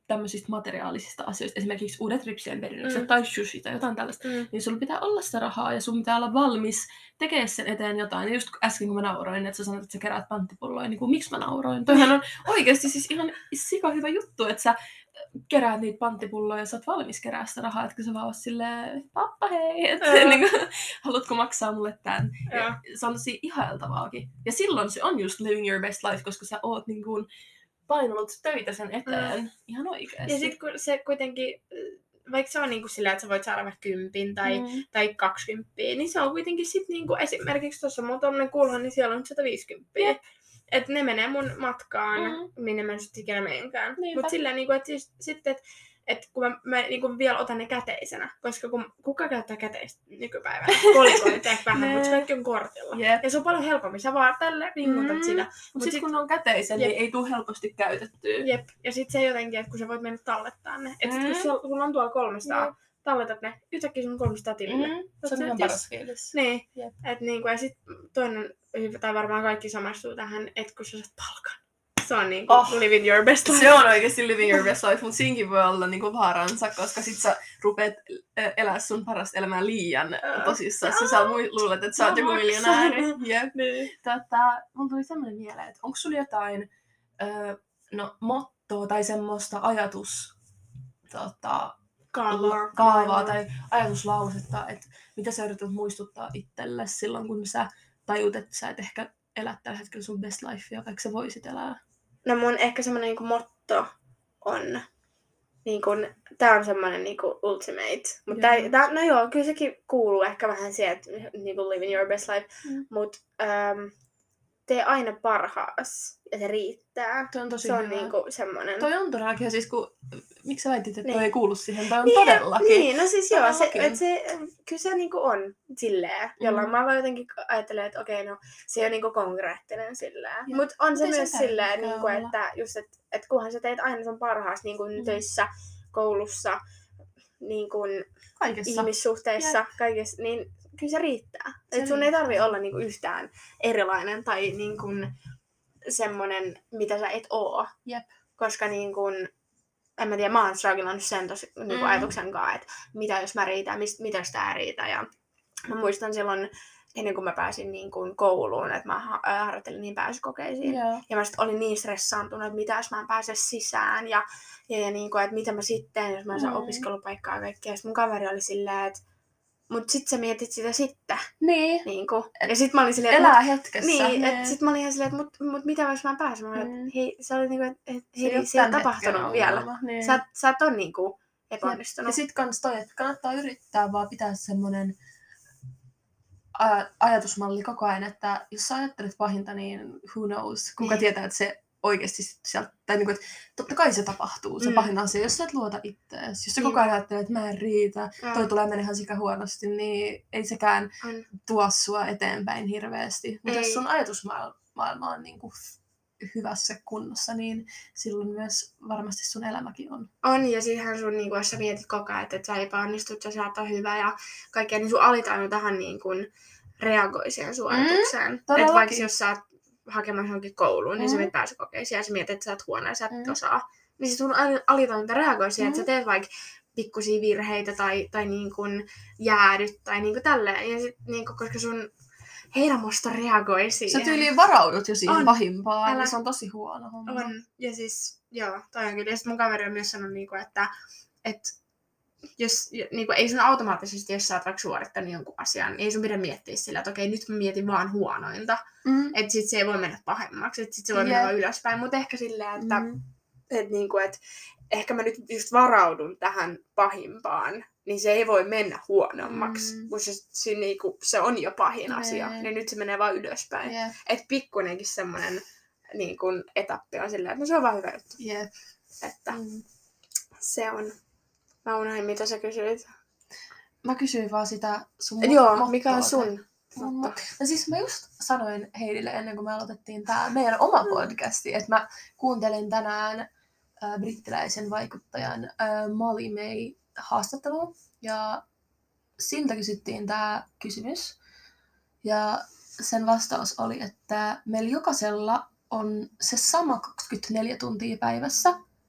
Speaker 2: tämmöisistä materiaalisista asioista, esimerkiksi uudet ripsien perinnökset tai sushi tai jotain tällaista, niin sulla pitää olla sitä rahaa ja sun pitää olla valmis tekemään sen eteen jotain. Ja just äsken kun mä nauroin, että sä sanoit, että sä keräät panttipulloja, niin kuin miksi mä nauroin? Toihan on oikeasti siis ihan sika hyvä juttu, että sä keräät niitä panttipulloja ja sä oot valmis kerää sitä rahaa, että sä vaan oot silleen, pappa hei, että niin kuin, haluatko maksaa mulle tän? Ja se on tosi ihailtavaakin. Ja silloin se on just living your best life, koska sä oot niin kuin painanut töitä sen eteen ihan oikeasti.
Speaker 1: Ja sit kun se kuitenkin, vaikka se on niinku sillä, että sä voit saada vaikka 10 tai 20, niin se on kuitenkin sit niinku esimerkiksi tuossa mun tommonen kulho, niin siellä on 150. Että ne menee mun matkaan, minne mä en sit ikinä menenkään. Mut silleen niinku, että siis, sitten, että kun mä niinku vielä otan ne käteisenä, koska kuka käyttää käteistä nykypäivänä? Kolikoit ehkä vähän, mutta kaikki on kortilla. Ja se on paljon helpommin. Sä vaan tälle ringutat sitä.
Speaker 2: Mut sit kun on käteisen, niin ei tule helposti käytettyä.
Speaker 1: Jep. Ja sit se jotenkin, että kun sä voit mennä tallettaa ne. Että sit kun sulla on tuolla 300, talletat ne, yhtäkkiä sun on 300 tilille.
Speaker 2: Se on ihan paras fiilis.
Speaker 1: Niin. Että niinku, ja sit toinen, tai varmaan kaikki samastuu tähän, että kun sä saat palkan. Se on niinku living your best life.
Speaker 2: Se on oikeesti living your best life, mutta siinkin voi olla niinku vaaransa, koska sit sä rupeat elää sun parasta elämää liian tosissaan. Sä luulet, että sä oot joku miljonääri. Mun tuli semmoinen mieleen, että onko sulla jotain mottoa tai semmoista kaavaa tai ajatuslausetta, että mitä sä yrität muistuttaa itselle silloin, kun sä tajut, että sä et ehkä elää tällä hetkellä sun best lifea, vaikka sä voisit elää.
Speaker 1: No mun ehkä semmonen niinku motto on, niinku, tää on semmonen niinku ultimate. Mutta no joo, kyllä sekin kuuluu ehkä vähän siihen, että niinku living your best life. Mut tee aina parhaas ja se riittää.
Speaker 2: Toi on tosi
Speaker 1: se on
Speaker 2: hyvä.
Speaker 1: Niinku semmonen.
Speaker 2: Toi on todellakin, siis miksi sä väitit, että toi ei kuulu siihen? Toi on todellakin.
Speaker 1: Niin, no siis joo, kyllä se niinku on silleen. Jollain mä vaan jotenkin ajattelen, että okei, no se ei ole niinku konkreettinen silleen. Mut on se myös silleen, niinku, että just, että kunhan sä teet aina sun parhaas niinku töissä, koulussa, niinku ihmissuhteissa, kaikessa, niin kyllä se riittää. Että sun ei tarvi olla niinku yhtään erilainen tai niinku semmonen, mitä sä et oo. Koska niinku, en mä tiedä, mä oon strugglannut sen niinku ajatuksen kanssa, että mitä jos mä riitän, mitä jos tää riitä. Ja mä muistan silloin, ennen kuin mä pääsin niin kuin kouluun, että mä harjoittelin niin pääsykokeisiin. Ja mä sit olin niin stressaantunut, että mitä jos mä en pääse sisään. Ja niin kuin, että mitä mä sitten, jos mä en saa opiskelupaikkaa ja kaikkea. Ja mun kaveri oli silleen, että mut sit sä mietit sitä sitten. Niinku. Ja sit mä olin silleen,
Speaker 2: elää hetkessä.
Speaker 1: Niin, että sit mä olin ihan silleen, että mut mitä jos mä en pääse? Mä olin, että hei, se oli niinku, että hei, se ei ole tapahtunut vielä. Niin. Sä et on niinku epäonnistunut.
Speaker 2: Ja sit kans toi, että kannattaa yrittää vaan pitää semmonen ajatusmalli koko ajan, että jos sä ajattelet pahinta, niin who knows, kuka tietää, että se oikeesti sieltä, tai niinku, että totta kai se tapahtuu, se pahin asia, jos sä et luota ittees. Jos sä koko ajan ajattelet, että mä en riitä, toi tulee mennä ihan sika huonosti, niin ei sekään tuo sua eteenpäin hirveästi. Mutta jos sun ajatusmaailma on niinku hyvässä kunnossa, niin silloin myös varmasti sun elämäkin on.
Speaker 1: On, ja siihenhän sun, niinku, jos sä mietit koko ajan, että sä epäonnistut, sä et ole hyvä ja kaikkea, niin sun alitaju tähän niinku reagoi siihen suoritukseen. Että vaikka jos sä oot hakemassa johonkin kouluun, niin sä menet pääsykokeisiin ja sä mietit, että sä oot huono ja sä et osaa. Niin sit sun alitajunta reagoi siihen, että sä teet vaikka pikkusia virheitä tai niin kuin jäädyt tai niin kuin tälleen. Ja sit, niin kuin, koska sun hermosto reagoi siihen.
Speaker 2: Sä tyyliin varaudut jo siihen pahimpaan, ja se on tosi huono homma.
Speaker 1: On. Ja siis, joo, toi on kyllä. Ja sit mun kaveri on myös sanonut, niin kuin, että jos, niin kuin, ei sun automaattisesti, jos sä oot vaikka suorittanut jonkun asian, niin ei sun pidä miettiä sillä, että okei, nyt mä mietin vaan huonointa. Että sit se ei voi mennä pahemmaksi, että sit se voi mennä vaan ylöspäin. Mutta ehkä silleen, että niinku, et ehkä mä nyt just varaudun tähän pahimpaan, niin se ei voi mennä huonommaksi, kun se on jo pahin asia, niin nyt se menee vaan ylöspäin. Että pikkunenkin semmonen niin kuin etappi on silleen, että no se on vaan hyvä juttu. Että se on. Mä unohdin, mitä sä kysyit.
Speaker 2: Mä kysyin vaan sitä sun
Speaker 1: Joo, mikä on sun
Speaker 2: motto? No siis mä just sanoin Heidille ennen kuin me aloitettiin tää meidän oma podcasti, että mä kuuntelin tänään brittiläisen vaikuttajan Molly May haastattelua. Ja siltä kysyttiin tää kysymys. Ja sen vastaus oli, että meillä jokaisella on se sama 24 tuntia päivässä.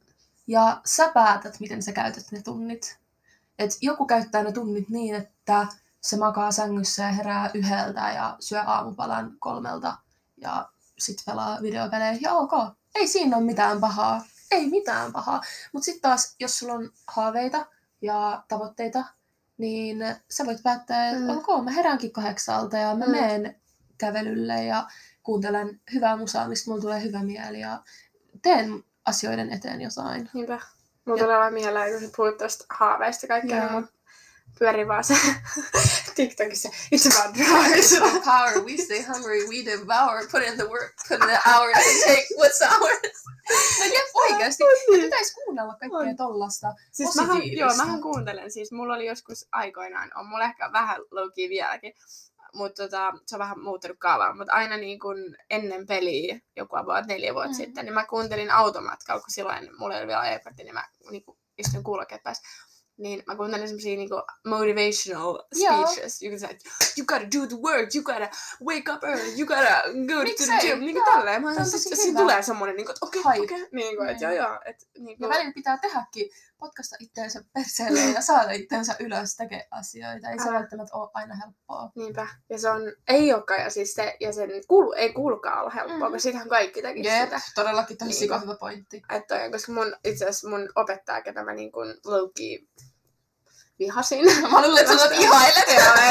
Speaker 2: ja sä päätät, miten sä käytät ne tunnit. Et joku käyttää ne tunnit niin, että se makaa sängyssä ja herää 1 ja syö aamupalan 3 ja sit pelaa videopelejä ja ok. Ei siinä ole mitään pahaa. Ei mitään pahaa. Mut sit taas, jos sulla on haaveita ja tavoitteita, niin sä voit päättää, että ok, mä heräänkin 8 ja mä menen kävelylle ja kuuntelen hyvää musaa, mistä mulla tulee hyvä mieli ja teen asioiden eteen jotain.
Speaker 1: Niinpä. Mulla tulee vaan mieleen, kun sä puhut tosta haaveista kaikkea, niin mun pyörii vaan se TikTokissa. It's about drive.
Speaker 2: It's about power. We stay hungry, we devour. Put in the work, put in the hours and take what's ours. No jep, oikeasti. Pitäis kuunnella kaikkea tollasta
Speaker 1: siis
Speaker 2: positiivista.
Speaker 1: mähän kuuntelen. Siis mulla oli joskus aikoinaan, on mulla ehkä vähän low-key vieläkin, mutta se on vähän muuttunut kaavaa. Mutta aina niin kun ennen peliä, joku about 4 vuotta sitten, niin mä kuuntelin automatkalla, kun silloin mulla oli vielä iPad, niin mä niin istuin kuulokkeet päässä. Niin mä kuuntelin semmosia niinku motivational speeches. You gotta do the work, you gotta wake up early, you gotta go to the gym. Niinku tälleen. Siinä tulee semmonen niinku, että okei. Niinku, että joo. Niinku.
Speaker 2: Ja välillä pitää tehdäkin, potkasta itteensä perseelle ja saada itteensä ylös tekee asioita. Ei se välttämättä ole aina helppoa.
Speaker 1: Niinpä. Ja se on, ei olekaan, ja siis se, ja sen ei kuulukaan olla helppoa, koska sitähän kaikki tekisi sitä.
Speaker 2: Todellakin tosi niin hyvä pointti.
Speaker 1: Että koska itse asiassa mun opettaja, ketä mä niinku low-key vihasin.
Speaker 2: Mä luulen, että sä oot ihailet.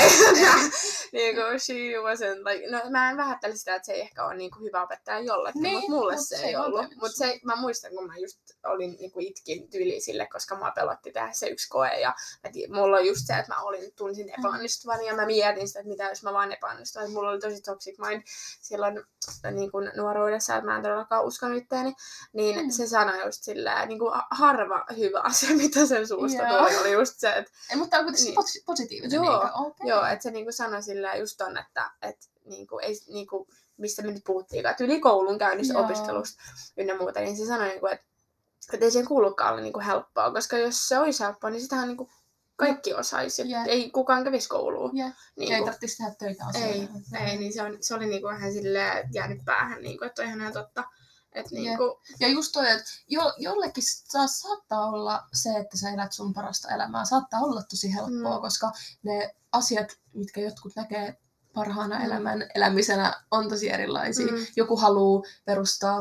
Speaker 1: Niinku, she wasn't like, no mä en vähättele sitä, että se ei ehkä ole niinku hyvä opettaja jollekin,
Speaker 2: niin,
Speaker 1: mutta mulle se ei ollut. Mutta mä muistan, kun mä just olin niinku itkin tyyli sille, koska mua pelotti tehdä se yksi koe. Ja mulla on just se, että mä tunsin epäonnistuvan ja mä mietin sitä, että mitä jos mä vaan epäonnistun. Mulla oli tosi toxic mind silloin niinku nuoruudessa, että mä en todellakaan uskonut itteeni. Niin se sanoi just silleen, niinku harva hyvä asia, mitä sen suusta tuli, oli just se, että
Speaker 2: ei, mutta on kuitenkin positiivinen.
Speaker 1: Joo, että se niinku sanoi silleen just ton, että niinku, ei, niinku, mistä me nyt puhuttiin, että yli koulun käynnistä opiskelusta ynnä muuta, niin se sanoi, niinku, että ei sen kuulukaan olla niinku helppoa, koska jos se olisi helppoa, niin sitähän niinku kaikki osaisi. Ei kukaan kävisi kouluun.
Speaker 2: Niinku. Ei tarvitsisi tehdä töitä asioita.
Speaker 1: Ei, niin se oli niinku vähän silleen jäänyt päähän, niinku, että on ihan totta. Niinku.
Speaker 2: Ja just toi, että jollekin saattaa olla se, että sä elät sun parasta elämää, saattaa olla tosi helppoa, koska ne asiat, mitkä jotkut näkee parhaana elämän elämisenä, on tosi erilaisia. Joku haluaa perustaa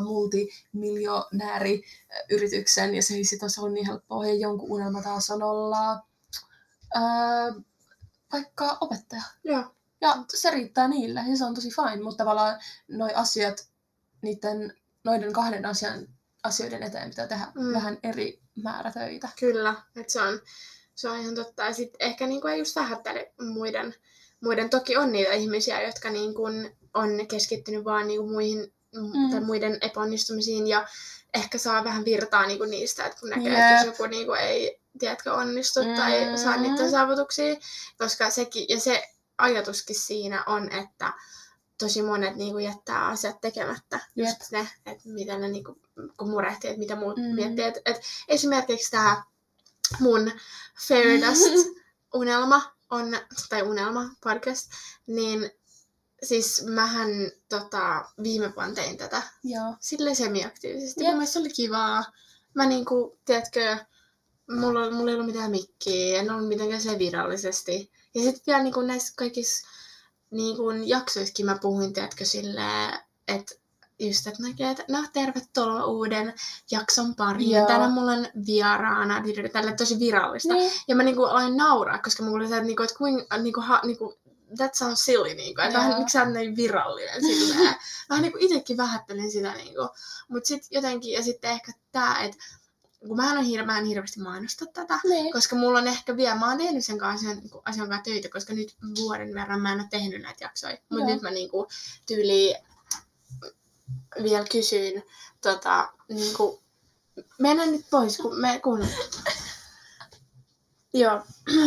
Speaker 2: multimiljonääriyrityksen ja se ei sit ole niin helppoa. Ja jonkun unelma taas on olla vaikka opettaja. Ja se riittää niille ja se on tosi fine, mutta tavallaan noi asiat, noiden 2 asioiden eteen pitää tehdä vähän eri määrä töitä.
Speaker 1: Kyllä, että se on ihan totta. Ja sitten ehkä niinku ei just vähättele muiden. Toki on niitä ihmisiä, jotka niinku on keskittynyt vaan niinku muihin tai muiden epäonnistumisiin ja ehkä saa vähän virtaa niinku niistä, että kun näkee, että jos joku niinku ei, tiedätkö, onnistu tai saa niitä saavutuksia. Koska sekin, ja se ajatuskin siinä on, että tosi monet niinku jättää asiat tekemättä. Just ne, että mitä ne niinku, kun murehtii, että mitä muut miettii. Et esimerkiksi tämä mun Fairdust-unelma podcast, niin siis mähän viime vuonna tein tätä silleen semi-aktiivisesti. Mun mielestä se oli kivaa. Mä niinku, tiedätkö, mulla ei ollut mitään mikkiä, en ollut mitenkään se virallisesti. Ja sitten vielä niinku näissä kaikissa niinku jaksoissakin mä puhuin, tiedätkö, silleen, että just, että näkee, että no tervetuloa uuden jakson pariin. Tänään mulla on vieraana, tälle tosi virallista. Ja mä niinku aloin nauraa, koska mulla oli se, että niinku, that sounds silly, niinku, että vähän miksi sä oot näin virallinen silleen. Vähän niinku itekin vähättelin sitä niinku. Mut sit jotenkin, ja sitten ehkä tää, että kun mä en hirveästi mainosta tätä, koska mulla on ehkä vielä, mä oon tehnyt sen kanssa asian kanssa töitä, koska nyt vuoden verran mä en ole tehnyt näitä jaksoja. Mut nyt mä niinku tyyliin vielä kysyin, niinku, mennään nyt pois, kun me kuunnellaan. Joo.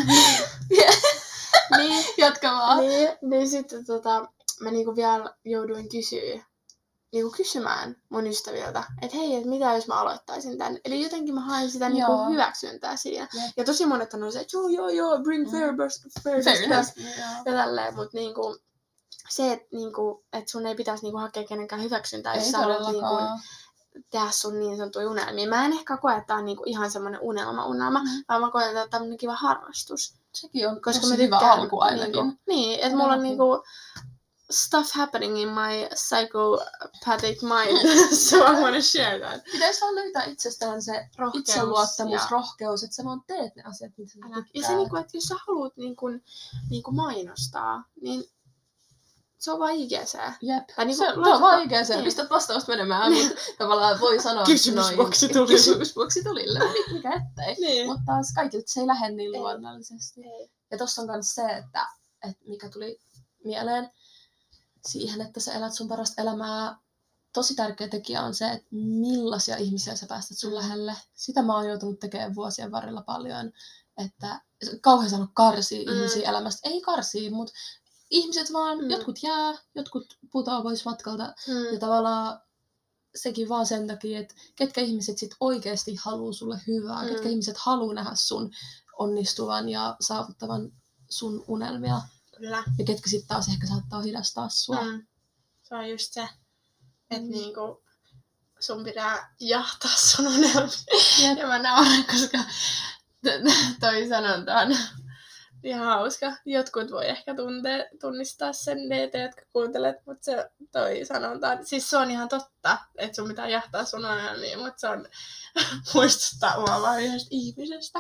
Speaker 1: Niin,
Speaker 2: jatka vaan.
Speaker 1: Niin sitten mä niinku vielä jouduin kysymään mun ystäviltä, että hei, et mitä jos mä aloittaisin tän. Eli jotenkin mä hain sitä niinku hyväksyntää siinä. Ja tosi monet on se, että joo, bring Fairdust ja tälleen, mut niinku se, että niinku, et sun ei pitäisi niinku hakea kenenkään hyväksyntää, jos sä haluat niinku tehdä sun niin sanottuja unelmia. Mä en ehkä koe, että tää on niinku ihan semmoinen unelma, vaan mä koen, että tää on tämmönen kiva harrastus.
Speaker 2: Sekin on
Speaker 1: Koska
Speaker 2: tosi
Speaker 1: mä
Speaker 2: hyvä
Speaker 1: tykkään,
Speaker 2: alku ainakin.
Speaker 1: Niin, että mulla on niinku stuff happening in my psychopathic mind, so I wanna share that.
Speaker 2: Pitäisi vaan löytää itsestään se
Speaker 1: Rohkeus
Speaker 2: itseluottamus,
Speaker 1: ja-
Speaker 2: rohkeus, että sä vaan teet ne asiat, mitä sä
Speaker 1: Ja
Speaker 2: tykkää.
Speaker 1: se, niinku, että jos sä haluat niinku mainostaa, niin se on vaan IGC.
Speaker 2: Jep.
Speaker 1: Tai niinku,
Speaker 2: Se on vaan IGC.
Speaker 1: niin.
Speaker 2: Pistät vastausta menemään, mutta tavallaan voi sanoa
Speaker 1: Kysymysboksi
Speaker 2: noin.
Speaker 1: tulille.
Speaker 2: Kysymysboksi tulille. Mikä ettei.
Speaker 1: Niin.
Speaker 2: Mutta taas kaikilta se ei lähde niin
Speaker 1: Ei.
Speaker 2: luonnollisesti.
Speaker 1: Ei.
Speaker 2: Ja tossa on myös se, että mikä tuli mieleen siihen, että sä elät sun parasta elämää. Tosi tärkeä tekijä on se, että millaisia ihmisiä sä päästät sun lähelle. Sitä mä oon joutunut tekemään vuosien varrella paljon. Että kauhean sanoa karsii ihmisiä elämästä. Ei karsii, mutta ihmiset vaan, jotkut jää, jotkut putoaa pois matkalta. Ja tavallaan sekin vaan sen takia, että ketkä ihmiset sit oikeasti haluaa sulle hyvää. Ketkä ihmiset haluaa nähdä sun onnistuvan ja saavuttavan sun unelmia.
Speaker 1: Kyllä.
Speaker 2: Ja ketkä sitten taas ehkä saattaa hidastaa sua.
Speaker 1: Se on just se, että niinku sun pitää jahtaa sun unelmia. Ja mä nauran, koska toi sanonta on ihan hauska. Jotkut voi ehkä tunnistaa sen DT, jotka kuuntelet, mutta se toi sanonta, siis se on ihan totta, että sun pitää jahtaa sun unelmia, mutta se on muistuttaa mua vaan yhdestä ihmisestä.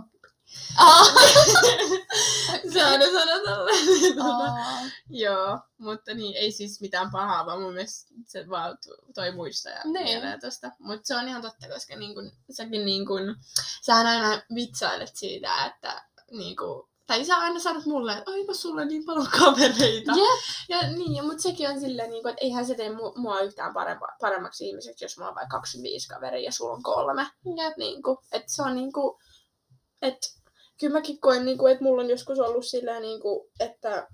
Speaker 1: Se aina sanoo tolleen. Joo, mutta niin, ei siis mitään pahaa, vaan mun mielestä se vaan toi muistoja mieleen tosta. Mutta se on ihan totta, koska sähän aina vitsailet siitä, että niinku, tai sä aina sanot mulle, että aipa sulla on niin paljon kavereita.
Speaker 2: Yep.
Speaker 1: Mutta sekin on silleen, niinku, että eihän se tee mua yhtään paremmaksi ihmiseksi, jos mulla on vaikka 25 kaveria ja sulla on 3.
Speaker 2: Yep.
Speaker 1: Niinku, että se on niinku, että kyllä mäkin koen, niinku, että mulla on joskus ollut silleen, niinku, että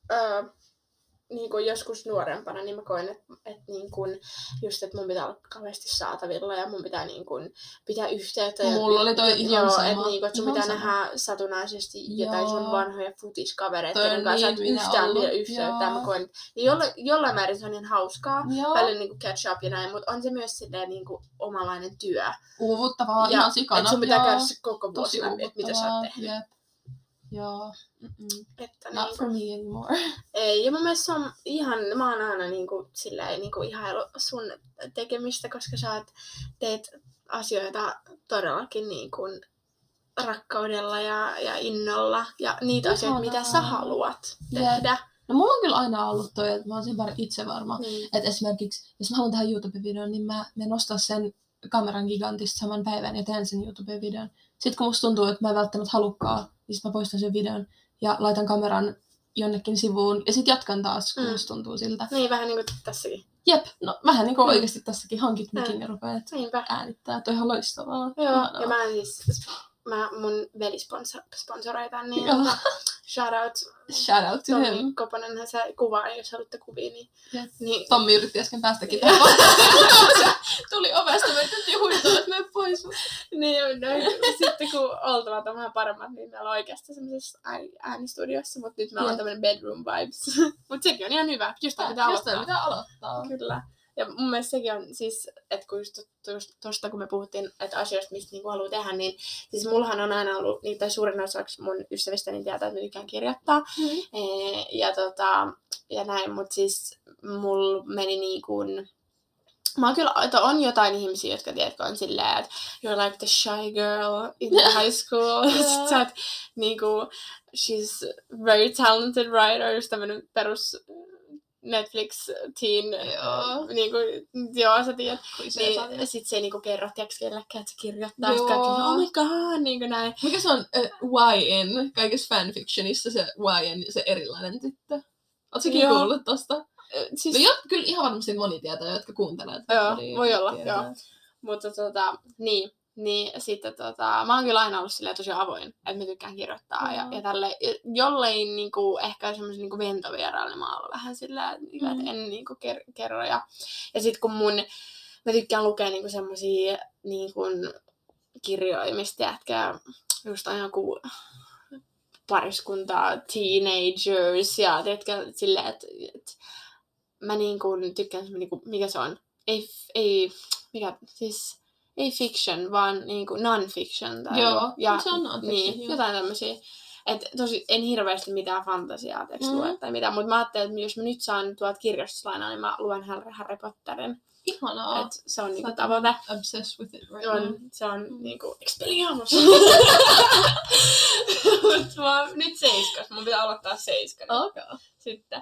Speaker 1: niinku, joskus nuorempana, niin mä koen, että niinku, just, että mun pitää olla kauheasti saatavilla ja mun pitää niinku, pitää yhteyttä.
Speaker 2: Mulla oli toi ihan sama.
Speaker 1: Että niinku, et sun pitää nähdä satunnaisesti jotain sun vanhoja futiskavereita, joiden kanssa sä et yhtään pidä yhteyttä. Ja mä koen, että jollain määrin se on ihan hauskaa, välillä niinku catch up ja näin, mutta on se myös silleen niinku omalainen työ.
Speaker 2: Uuvuttavaa ihan sikana.
Speaker 1: Että sun pitää käydä se koko vuosi läpi, että mitä sä oot tehnyt.
Speaker 2: Yep. Joo.
Speaker 1: Että
Speaker 2: Not for me anymore.
Speaker 1: Ei, ja mun mielestä se on ihan, mä oon aina niinku, silleen, niinku ihailu sun tekemistä, koska sä teet asioita todellakin niinku rakkaudella ja innolla ja niitä asioita, mitä sä haluat tehdä.
Speaker 2: No mulla on kyllä aina ollut toi, että mä oon sen verran itse varma, että esimerkiksi jos mä haluan tehdä YouTube-videon, niin mä nostaa sen kameran gigantista saman päivän ja teen sen YouTube-videon. Sitten kun musta tuntuu, että mä en välttämättä halukkaan, niin sit mä poistan sen videon ja laitan kameran jonnekin sivuun ja sitten jatkan taas, kun musta tuntuu siltä.
Speaker 1: Niin, vähän niinku tässäkin.
Speaker 2: Jep, no vähän niinku oikeesti tässäkin hankit mikin ja rupeat
Speaker 1: Niinpä.
Speaker 2: äänittää. Toi on ihan loistavaa.
Speaker 1: Joo,
Speaker 2: Ihanaa.
Speaker 1: ja mun veli sponsoroi tän, niin shout out
Speaker 2: to
Speaker 1: Tommi
Speaker 2: him.
Speaker 1: Koponenhan se kuvaa, jos haluatte kuvia, niin
Speaker 2: Tommi yritti äsken päästäkin tuli ovesta, me yritettiin huitoa, että mene pois.
Speaker 1: Niin, no, sitten kun oltavat on vähän paremmat, niin meillä on oikeasti semmoisessa äänistudiossa, mutta nyt me ollaan tämmönen bedroom vibes. Mutta sekin on ihan hyvä, jostain pitää aloittaa. Kyllä. Ja mun mielestä sekin on siis, että kun just tosta kun me puhuttiin, että asioista, mistä niinku haluaa tehdä, niin siis mullahan on aina ollut, niin, tai suurin osaksi mun ystävistäni tietää, että mä tykkään kirjoittaa. Ja näin, mutta siis mulla meni niinku. Mä oon kyllä, että on jotain ihmisiä, jotka tiedätkö on silleen, että you're like the shy girl in the high school. Sitten sä oot niinku, she's very talented writer, just tämmönen perus Netflix teen, niinku, sä tiedät. Niin, sit se ei niinku kerro, tiiäks kellekään, että se kirjoittaa. Sit kaikki, oh my god, niinku näin.
Speaker 2: Mikä se on YN, kaikessa fanfictionissa se YN, se erilainen tyttö? Oot säkin kuullut tosta? Siis. No kyllä ihan varmasti moni tietää, jotka kuuntelee.
Speaker 1: Joo, voi olla, joo. Mutta niin sitten mä oon kyllä aina ollut silleen tosi avoin, että mä tykkään kirjoittaa ja tälleen, jollei niinku ehkä semmoisen niinku ventovierailla, niin mä oon ollut vähän silleen, että en niinku kerro. Ja sit kun mä tykkään lukea niinku semmosia niinku kirjoja, mistä jätkää just on joku pariskuntaa, teenagers ja tiedätkö silleen, että mä niinku tykkään semmoinen, niinku, mikä se on, ei mikä siis, ei fiction, vaan niinku non-fiction. Tai
Speaker 2: Joo,
Speaker 1: ja,
Speaker 2: se on non-fiction,
Speaker 1: niin,
Speaker 2: joo.
Speaker 1: jotain tämmösiä. Et tosi, en hirveästi mitään fantasiaa lue tai mitään, mutta mä ajattelin, että jos mä nyt saan tuolta kirjastosta lainaa, niin mä luen Harry Potterin.
Speaker 2: Ihanaa.
Speaker 1: Et se on niinku tavoite.
Speaker 2: Obsessed with it right
Speaker 1: On,
Speaker 2: now.
Speaker 1: se on niinku Expelliarmus. Mä oon nyt 7. Mun pitää aloittaa 7.
Speaker 2: Okay.
Speaker 1: Sitten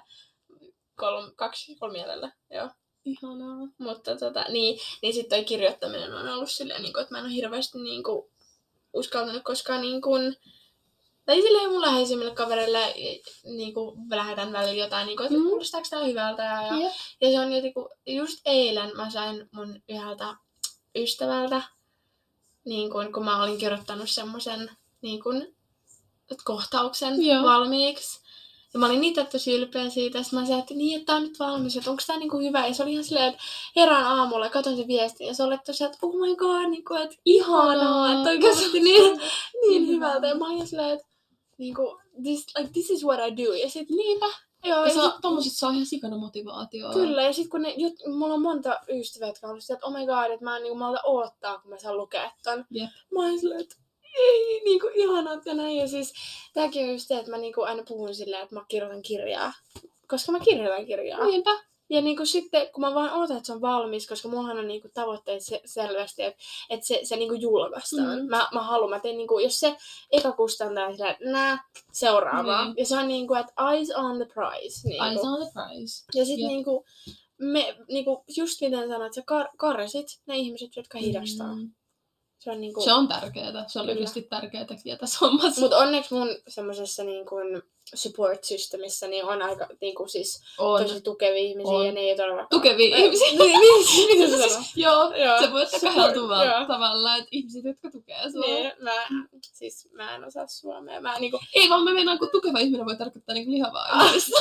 Speaker 1: 3 jäljellä, joo.
Speaker 2: Ihanaa.
Speaker 1: Mutta niin sit toi kirjoittaminen on ollut silleen, niinku, että mä en oo hirveästi niinku uskaltanut koskaan niinku, tai silleen mun läheisimmille kavereille niinku lähetän välillä jotain, niinku, että kuulostaako tää hyvältä. Ja se on jotenkin, just eilen mä sain mun yhdeltä ystävältä, niin kun mä olin kirjoittanut semmosen niin kohtauksen valmiiksi. Ja mä olin itse tosi ylpeä siitä. Sitten mä sanoin, että niin, että tää on nyt valmis, että onko tää niinku hyvä. Ja se oli ihan silleen, että herään aamulla ja katson sen viestin. Ja se oli tosiaan, että oh my god, niinku, että ihanaa, että oikeasti niin hyvältä. Ja mä olin ihan silleen, että niinku, this is what I do. Ja sit niinpä. Joo,
Speaker 2: ja tommoset saa ihan sikana motivaatioa.
Speaker 1: Kyllä, ja sit kun mulla on monta ystävää, jotka on ollut sitä, että oh my god, että mä en niinku malta oottaa, kun mä saan lukea ton.
Speaker 2: Yep.
Speaker 1: Mä oon silleen, että ei, niinku ihanat ja näin. Ja siis tääkin on just se, että mä niinku aina puhun silleen, että mä kirjoitan kirjaa. Koska mä kirjoitan kirjaa.
Speaker 2: Niinpä.
Speaker 1: Ja niinku sitten, kun mä vaan ootan, että se on valmis, koska mullahan on niinku tavoitteet selvästi, että se niinku julkaistaan. Mä haluan, mä teen niinku, jos se eka kustantaa silleen, että seuraavaa. Ja se on niinku, että eyes on the prize. Niinku.
Speaker 2: Eyes on the prize.
Speaker 1: Ja sit niinku, niinku, just miten sanoit, sä karsit ne ihmiset, jotka hidastaa. Se on niinku...
Speaker 2: Se on tärkeetä. Se on oikeasti tärkeetä tässä hommassa.
Speaker 1: Mut onneksi mun semmosessa niinku support systemissä niin on aika niinku siis tosi tukevia ihmisiä ja ne ei todella...
Speaker 2: Tukevia ihmisiä?
Speaker 1: Mitä sä sanoo?
Speaker 2: Joo, se voi ottaa kahdella tavalla, että ihmiset, jotka tukee sua.
Speaker 1: Niin, mä en osaa suomea. Mä niinku...
Speaker 2: Ei vaan mä meinaan, kun tukeva ihminen voi tarkoittaa niinku lihavaa ihmistä.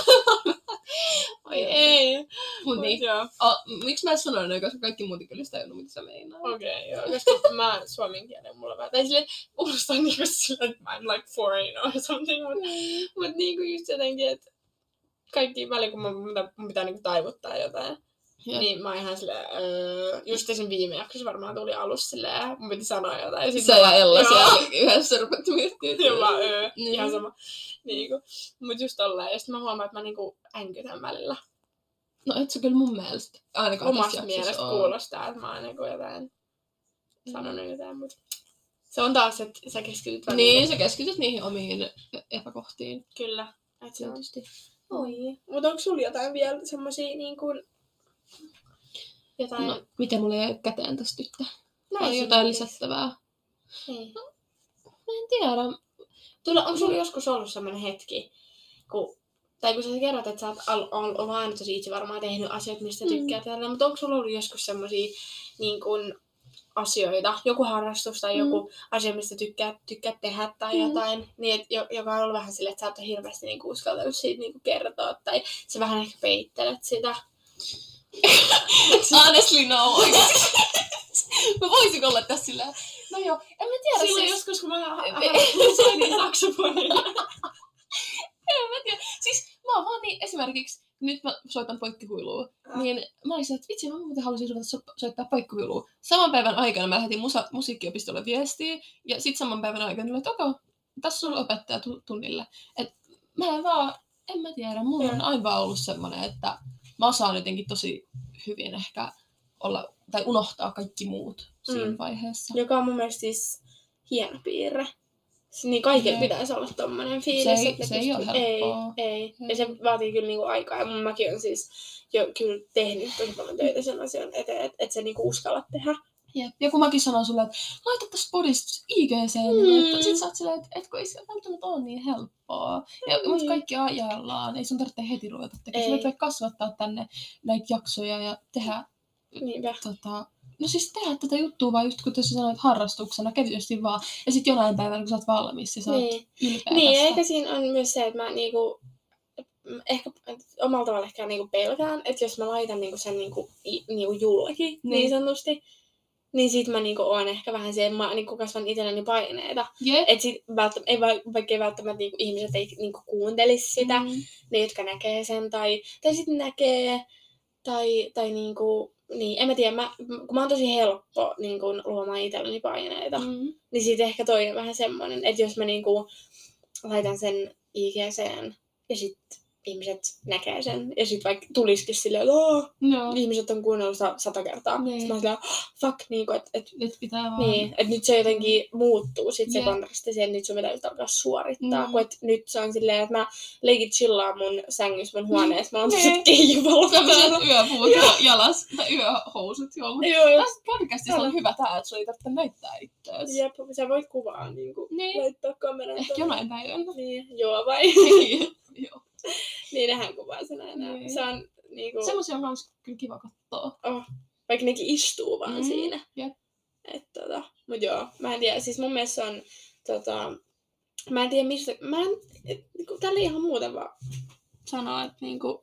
Speaker 1: Oi ei.
Speaker 2: Mut niin. Miksi mä sanoin noin, koska kaikki muut kyllä sitä ei ollut, mitä sä meinaa.
Speaker 1: Okei, joo. Koska mä suomen kielen mulla vähän. Tai silleen, kuulostaa niinku silleen, että I'm like foreign or something. Mut niinku just jotenkin, että kaikki väliin, kun mun pitää niinku taivuttaa jotain. Niin mä oon ihan silleen, just esim. Viime jaksossa varmaan tuli alussa silleen, mun piti sanoa jotain.
Speaker 2: Sä ja Ella siellä yhdessä rupet miettimään.
Speaker 1: Joo, mä ihan sama. Niinku. Mut just tolleen. Ja sit mä huomaan, että mä niinku änkytän välillä.
Speaker 2: No et sä kyllä mun mielestä. Ainakaan
Speaker 1: omasta mielestä kuulostaa, että mä oon niinku jotain sanonut jotain, mut se on taas, että sä keskityt vähän.
Speaker 2: Niin, sä keskityt niihin omiin epäkohtiin.
Speaker 1: Kyllä, et se on. Oi. Mut onko sulla jotain vielä semmosia niinku jotain...
Speaker 2: No, miten mulla ei käteen tästä nyt? On jotain lisättävää?
Speaker 1: Ei.
Speaker 2: No, mä en tiedä.
Speaker 1: On sulla joskus ollut semmonen hetki, kun sä kerrot, että sä oot ollut aina tosi itse varmaan tehnyt asioita, mistä tykkäät, mutta onko sulla ollut joskus semmosia niin kun, asioita, joku harrastus tai joku asia, mistä tykkäät tehdä tai jotain, niin, joka on ollut vähän silleen, että sä oot hirveästi niin uskaltanut siitä niin kertoa, tai sä vähän ehkä peittelet sitä.
Speaker 2: Honestly no. Mä voisin olla tässä silleen, no joo, en mä tiedä.
Speaker 1: Silloin joskus, kun mä soitin saksofonilla.
Speaker 2: En mä tiedä. Siis mä oon vaan niin, esimerkiksi, nyt mä soitan poikkihuilua, niin mä olisin, että vitsi, mä muuten haluaisin ruveta soittaa poikkihuilua. Saman päivän aikana mä lähetin musiikkiopistolle viestiä, ja sit saman päivän aikana mä olin, että tässä on opettaja tunnille. Et mä en mä tiedä, mulla on aina vaan ollut semmonen, että mä osaan jotenkin tosi hyvin ehkä olla, tai unohtaa kaikki muut siinä vaiheessa.
Speaker 1: Joka on mun mielestä siis hieno piirre. Niin kaikilla pitäisi olla tommonen fiilis.
Speaker 2: Se ei ole helppoa.
Speaker 1: Ei. Ja se vaatii kyllä niinku aikaa. Ja mäkin on siis jo kyllä tehnyt tosi paljon töitä sen asian eteen, että se niinku uskallat tehdä.
Speaker 2: Jep. Ja kun mäkin sanon sulle, että laita tästä podista IGC:n, niin sit sä oot silleen, että kun ei se välttämättä ole niin helppoa. Mutta kaikki ajallaan, ei sun tarvitse heti ruveta tekemään. Sä voit vaikka kasvattaa tänne näitä jaksoja ja tehdä, no siis tehdä tätä juttua vaan just kun sä sanoit harrastuksena, kevyesti vaan. Ja sit jonain päivänä, kun sä oot valmis ja sä oot ylpeä
Speaker 1: niin,
Speaker 2: tästä.
Speaker 1: eikä siinä on myös se, että mä niinku, ehkä omalla tavalla ehkä niinku pelkään, että jos mä laitan niinku sen niinku julki niin sanotusti, niin sit mä niinku oon ehkä vähän se, että mä niinku kasvan itselleni paineita. Et sit vaikka ei välttämättä niinku ihmiset ei niinku kuuntelisi sitä, ne jotka näkee sen, tai sit näkee, Tai niinku, niin, en mä tiedä, kun mä oon tosi helppo niinku luomaan itselleni paineita, niin sit ehkä toi on vähän semmonen, että jos mä niinku laitan sen IGC:n ja sit ihmiset näkee sen. Ja sit vaikka tulisikin silleen, että ihmiset on kuunnellut 100 kertaa. Niin. Sitten mä silleen, fuck, niinku, että
Speaker 2: nyt pitää vaan.
Speaker 1: Niin, että nyt se jotenkin muuttuu sit se kontrasti siihen, nyt sun pitää just alkaa suorittaa. Kun et nyt se on silleen, että mä leikit chillaan mun sängyssä, mun huoneessa. Mä oon sellaiset keijuvalot.
Speaker 2: Sellaiset yöpuut jalas, tai yöhousut jolla.
Speaker 1: Joo.
Speaker 2: Tässä podcastissa on hyvä tää, että sun ei tarvitse näyttää itseäsi.
Speaker 1: Jep, sä voit kuvaa niinku, laittaa kameran.
Speaker 2: Ehkä jonain päivänä.
Speaker 1: Niin, joo vai?
Speaker 2: Joo.
Speaker 1: Niin nehän kuvaa sen aina.
Speaker 2: Niin.
Speaker 1: Se on niinku...
Speaker 2: Semmoisia on kans kyllä kiva kattoo.
Speaker 1: Vaikka nekin istuu vaan siinä.
Speaker 2: Jep.
Speaker 1: Mut joo, mä en tiedä. Siis mun mielestä se on mä en tiedä mistä... Niinku, tälle ihan muuten vaan sanoa, että niinku...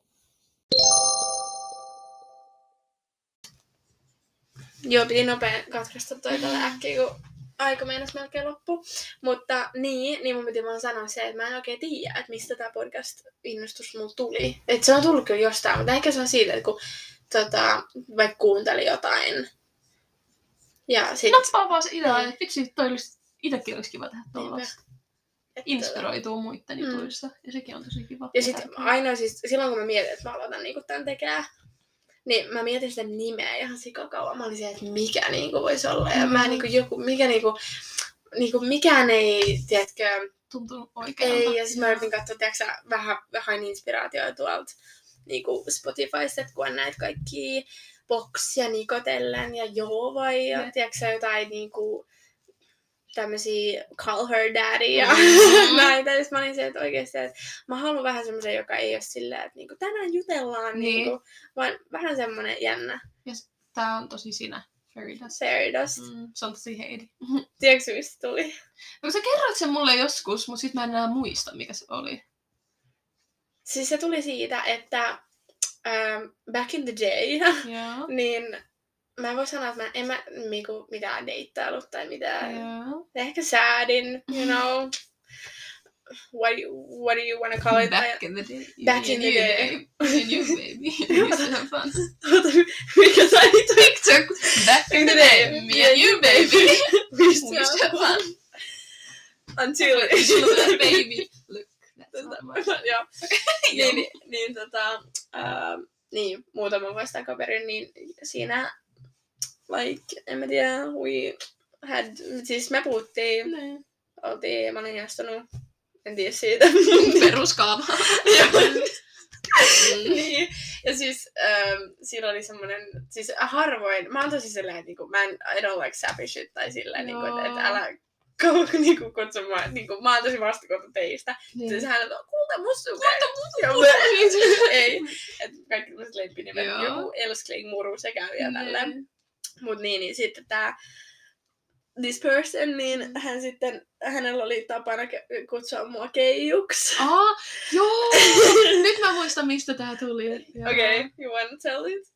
Speaker 1: Joo, piti nopea katkaista toi tällä äkkiä, kun aika meinasi melkein loppu. Mutta niin mun piti vaan sanoa se, että mä en oikein tiedä, että mistä tää podcast-innostus mulla tuli. Että se on tullut kyllä jostain, mutta ehkä se on siitä, että kun vaikka kuunteli jotain. Ja sit...
Speaker 2: Nappaa vaan se idea, että vitsi, itekin olisi kiva tehdä tollaista. Inspiroituu muitten jutuista. Ja sekin on tosi kiva.
Speaker 1: Ja sit aina siis, silloin kun mä mietin, että mä aloitan niinku tän tekemään, niin mä mietin sitä nimeä ihan sikakauan. Mä olin se, että mikä niinku voisi olla. Ja mä mikään ei, tiedätkö...
Speaker 2: Tuntunut oikealta.
Speaker 1: Ei, ja siis mä yritin katsoa, tiedätkö vähän inspiraatioa tuolta niinku Spotifysta, että kun on näitä kaikkia Box ja Nikotellen ja Joovai ja tiedätkö jotain niinku tämmösiä Call Her Daddy ja näitä. Ja mä olin se, että oikeesti, että mä haluan vähän semmoisen, joka ei ole silleen, että niinku tänään jutellaan, niinku, vaan vähän semmonen jännä.
Speaker 2: Ja tää on tosi sinä. Fairy Dust.
Speaker 1: Fairy Dust.
Speaker 2: Se on tosi Heidi.
Speaker 1: Tiedätkö mistä tuli?
Speaker 2: No sä kerroit sen mulle joskus, mut sit mä en enää muista, mikä se oli.
Speaker 1: Siis se tuli siitä, että back in the day, niin mä en voi sanoa, että en mä mitään deittailut tai mitään. Ehkä säädin, you know. What do you wanna call it?
Speaker 2: Back in the day.
Speaker 1: Back in the day.
Speaker 2: And you, baby. You used to have fun.
Speaker 1: Mikä sä
Speaker 2: TikTok. Back in the day. Me and you, baby. We used to have fun.
Speaker 1: Until
Speaker 2: baby. Look, that's not much.
Speaker 1: Joo. Niin, muutama vuosi takaperin, niin siinä, en mä tiedä, siis me puhuttiin, mä olin astunut, en tiedä siitä.
Speaker 2: Peruskaava.
Speaker 1: Niin, ja siis siinä oli semmonen, siis harvoin, mä oon tosi silleen, että niinku, I don't like sappy shit, tai silleen, niinku, että älä niinku kutsumaan, niinku, mä oon tosi vastakohta teistä. Siis hän on, kulta musta. Ei, että kaikki tämmöset lemppinimet, joku Elskling Muru, se käy ja tälleen. Mut niin sitten tää this person, niin hänellä oli tapana kutsua mua Keijuksi.
Speaker 2: Joo! Nyt mä muistan, mistä tää tuli.
Speaker 1: Okay, you wanna tell it?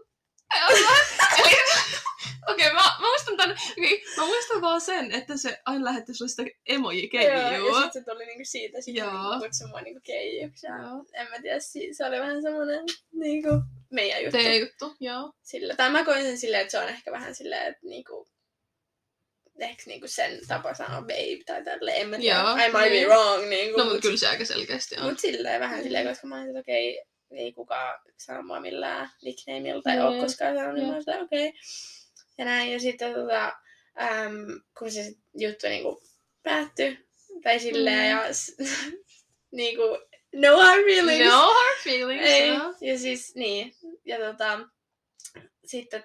Speaker 2: Okei, mä muistan tän. Mä muistan vaan sen, että se aina lähetti sulle sitä emoji-keijua.
Speaker 1: Joo, ja sit se tuli niinku siitä kutsui mua niinku Keijuksi. En mä tiedä, se oli vähän semmonen niinku meidän juttu.
Speaker 2: Teidän juttu, joo.
Speaker 1: Sillä, tai mä koin sen silleen, että se on ehkä vähän silleen, että niinku ehkä niinku sen tapa sanoa babe tai tälleen, en mä tiedä. I might be wrong. Niinku,
Speaker 2: no, mutta kyllä se aika selkeästi on.
Speaker 1: Mut silleen vähän silleen, koska mä olin, että okei, ei kukaan sano mua millään nicknameilla tai oo koskaan sanonut, niin mä olin silleen, okei. Ja näin, ja sitten kun se juttu niinku päättyi, tai silleen, ja niinku, no hard feelings.
Speaker 2: No hard feelings,
Speaker 1: ei. Ja siis, niin, ja sitten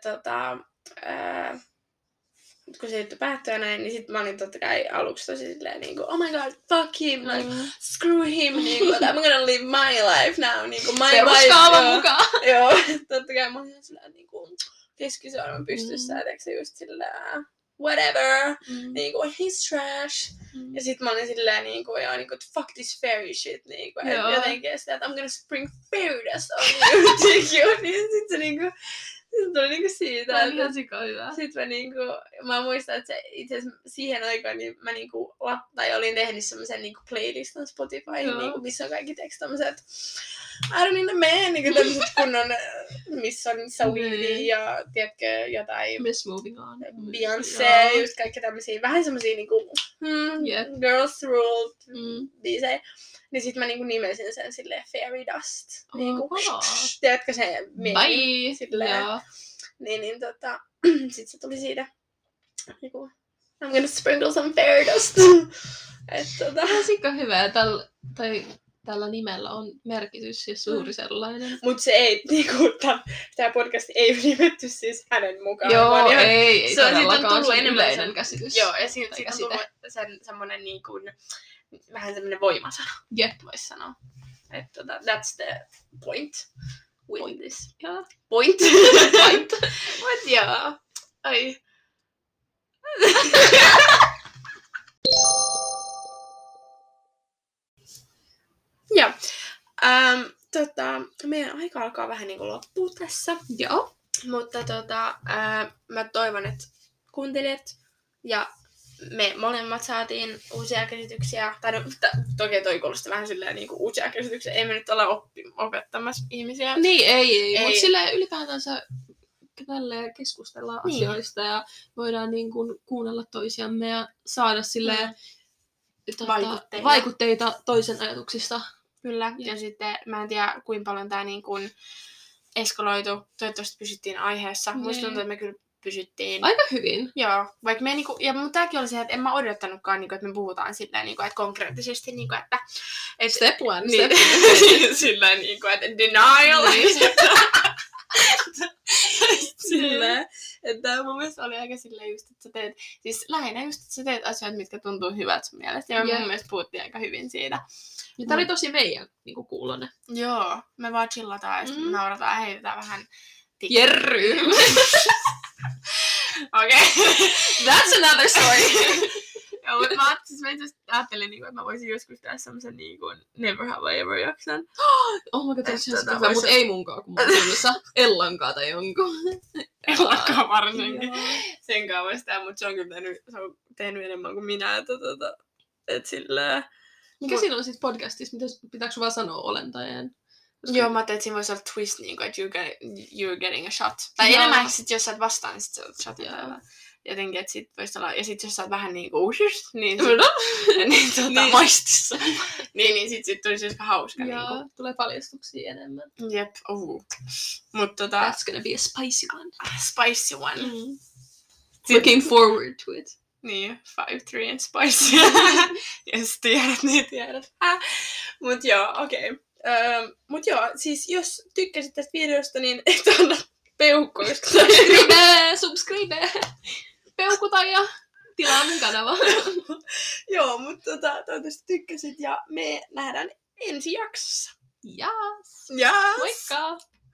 Speaker 1: kun se juttu päättyi ja näin, niin sit mä olin totta kai aluksi tosi silleen niinku, oh my god, fuck him, like, screw him, niinku, I'm gonna live my life now, niinku, my life.
Speaker 2: Peruskaava mukaan.
Speaker 1: Joo, totta kai mä olin silleen niinku, keskisormen pystyssä, etteikö just silleen, whatever, niinku, he's trash. Ja sit mä olin silleen niinku, fuck this fairy shit, niinku, et jotenkin sitä, että I'm gonna spring fairy dust on you, niin sit se niinku, Se tuli niinku siitä.
Speaker 2: Tämä on ihan sika hyvä.
Speaker 1: Sitten mä muistan, että se itse asiassa siihen aikaan niin mä olin tehnyt semmoisen playlistan Spotifyhin, missä on kaikki tommoset I don't need a man, tämmöset kunnon, missä on Saweetie ja tiedätkö jotain
Speaker 2: Miss Moving On.
Speaker 1: Beyoncé, just kaikki tämmösiä, vähän semmosia Girls Ruled biisejä. Niin sit mä nimesin sen silleen Fairy Dust. Tiedätkö se meni? Sit se tuli siitä I'm gonna sprinkle some fairy dust.
Speaker 2: Sika hyvä. Tällä nimellä on merkitys ja suuri sellainen.
Speaker 1: Mut se ei, tää podcast ei nimetty siis hänen mukaan.
Speaker 2: Joo, ei
Speaker 1: se on
Speaker 2: todellakaan
Speaker 1: tullut
Speaker 2: yleinen käsitys.
Speaker 1: Joo, ja siitä on tullut semmonen vähän semmonen voimasana.
Speaker 2: Jep.
Speaker 1: Vois sanoa. Että that's the point with this.
Speaker 2: Yeah.
Speaker 1: Point. Mut joo. Ai. Joo. Meidän aika alkaa vähän loppua tässä.
Speaker 2: Joo.
Speaker 1: Mutta mä toivon, että kuuntelijat ja me molemmat saatiin uusia käsityksiä. Tai toki toi kuulostaa vähän silleen uusia käsityksiä. Ei me nyt olla opettamassa ihmisiä.
Speaker 2: Niin, ei. Mutta silleen ylipäätänsä tälleen keskustellaan asioista ja voidaan kuunnella toisiamme ja saada silleen vaikutteita toisen ajatuksista.
Speaker 1: Kyllä, ja sitten mä en tiedä kuinka paljon tää eskaloitu. Toivottavasti pysyttiin aiheessa. Musta tuntuu, että me kyllä pysyttiin.
Speaker 2: Aika hyvin.
Speaker 1: Joo, vaikka me mutta tääkin oli se, että en mä odottanutkaan, että me puhutaan silleen, että konkreettisesti, että
Speaker 2: step one,
Speaker 1: step two. Silleen, että denial. Silleen, että mun mielestä oli aika silleen just, että sä teet, siis lähinnä just, että sä teet asioita, mitkä tuntuu hyvät sun mielestä. Ja mun mielestä puhuttiin aika hyvin siitä.
Speaker 2: Ja tää oli tosi meidän kuulonen.
Speaker 1: Joo, me vaan chillataan ja sitten me naurataan ja heitetään vähän
Speaker 2: Jerry!
Speaker 1: Okei.
Speaker 2: That's another story!
Speaker 1: Joo, mutta mä ajattelin, että mä voisin joskus tehdä semmosen Never Have I Ever jakson.
Speaker 2: Oh my god, se on hyvä, mutta ei munkaan, kun mä oon kuulossa Ellankaa tai jonkun.
Speaker 1: Ellankaa varsinkin. Senkaan voisi tehdä, mutta se on kyllä tehnyt enemmän kuin minä. Et silleen.
Speaker 2: Mikä siinä on sit podcastissa? Pitääkö sun vaan sanoa olentajien?
Speaker 1: Joo, mä ajattelin, että siinä voisi olla twist, että you're getting a shot. Tai enemmän, että jos sä et vastaan, niin sit sä oot shotin täällä. Jotenkin, että sit voisi olla, ja sit jos sä oot vähän niin
Speaker 2: maistissa.
Speaker 1: niin sit tulisi ehkä hauska.
Speaker 2: Tulee paljastuksia enemmän.
Speaker 1: Jep, Mutta
Speaker 2: that's gonna be a spicy one.
Speaker 1: Spicy one.
Speaker 2: Looking forward to it.
Speaker 1: Niin, 5-3 and spicy. Jos tiedät, niin tiedät. Mut joo, okei. Mut joo, siis jos tykkäsit tästä videosta, niin et anna peukkoa.
Speaker 2: Subscribe! Peukuta ja tilaa mun kanava.
Speaker 1: Joo, mutta toivottavasti tykkäsit ja me nähdään ensi jaksossa.
Speaker 2: Yes!
Speaker 1: Yes!
Speaker 2: Moikka!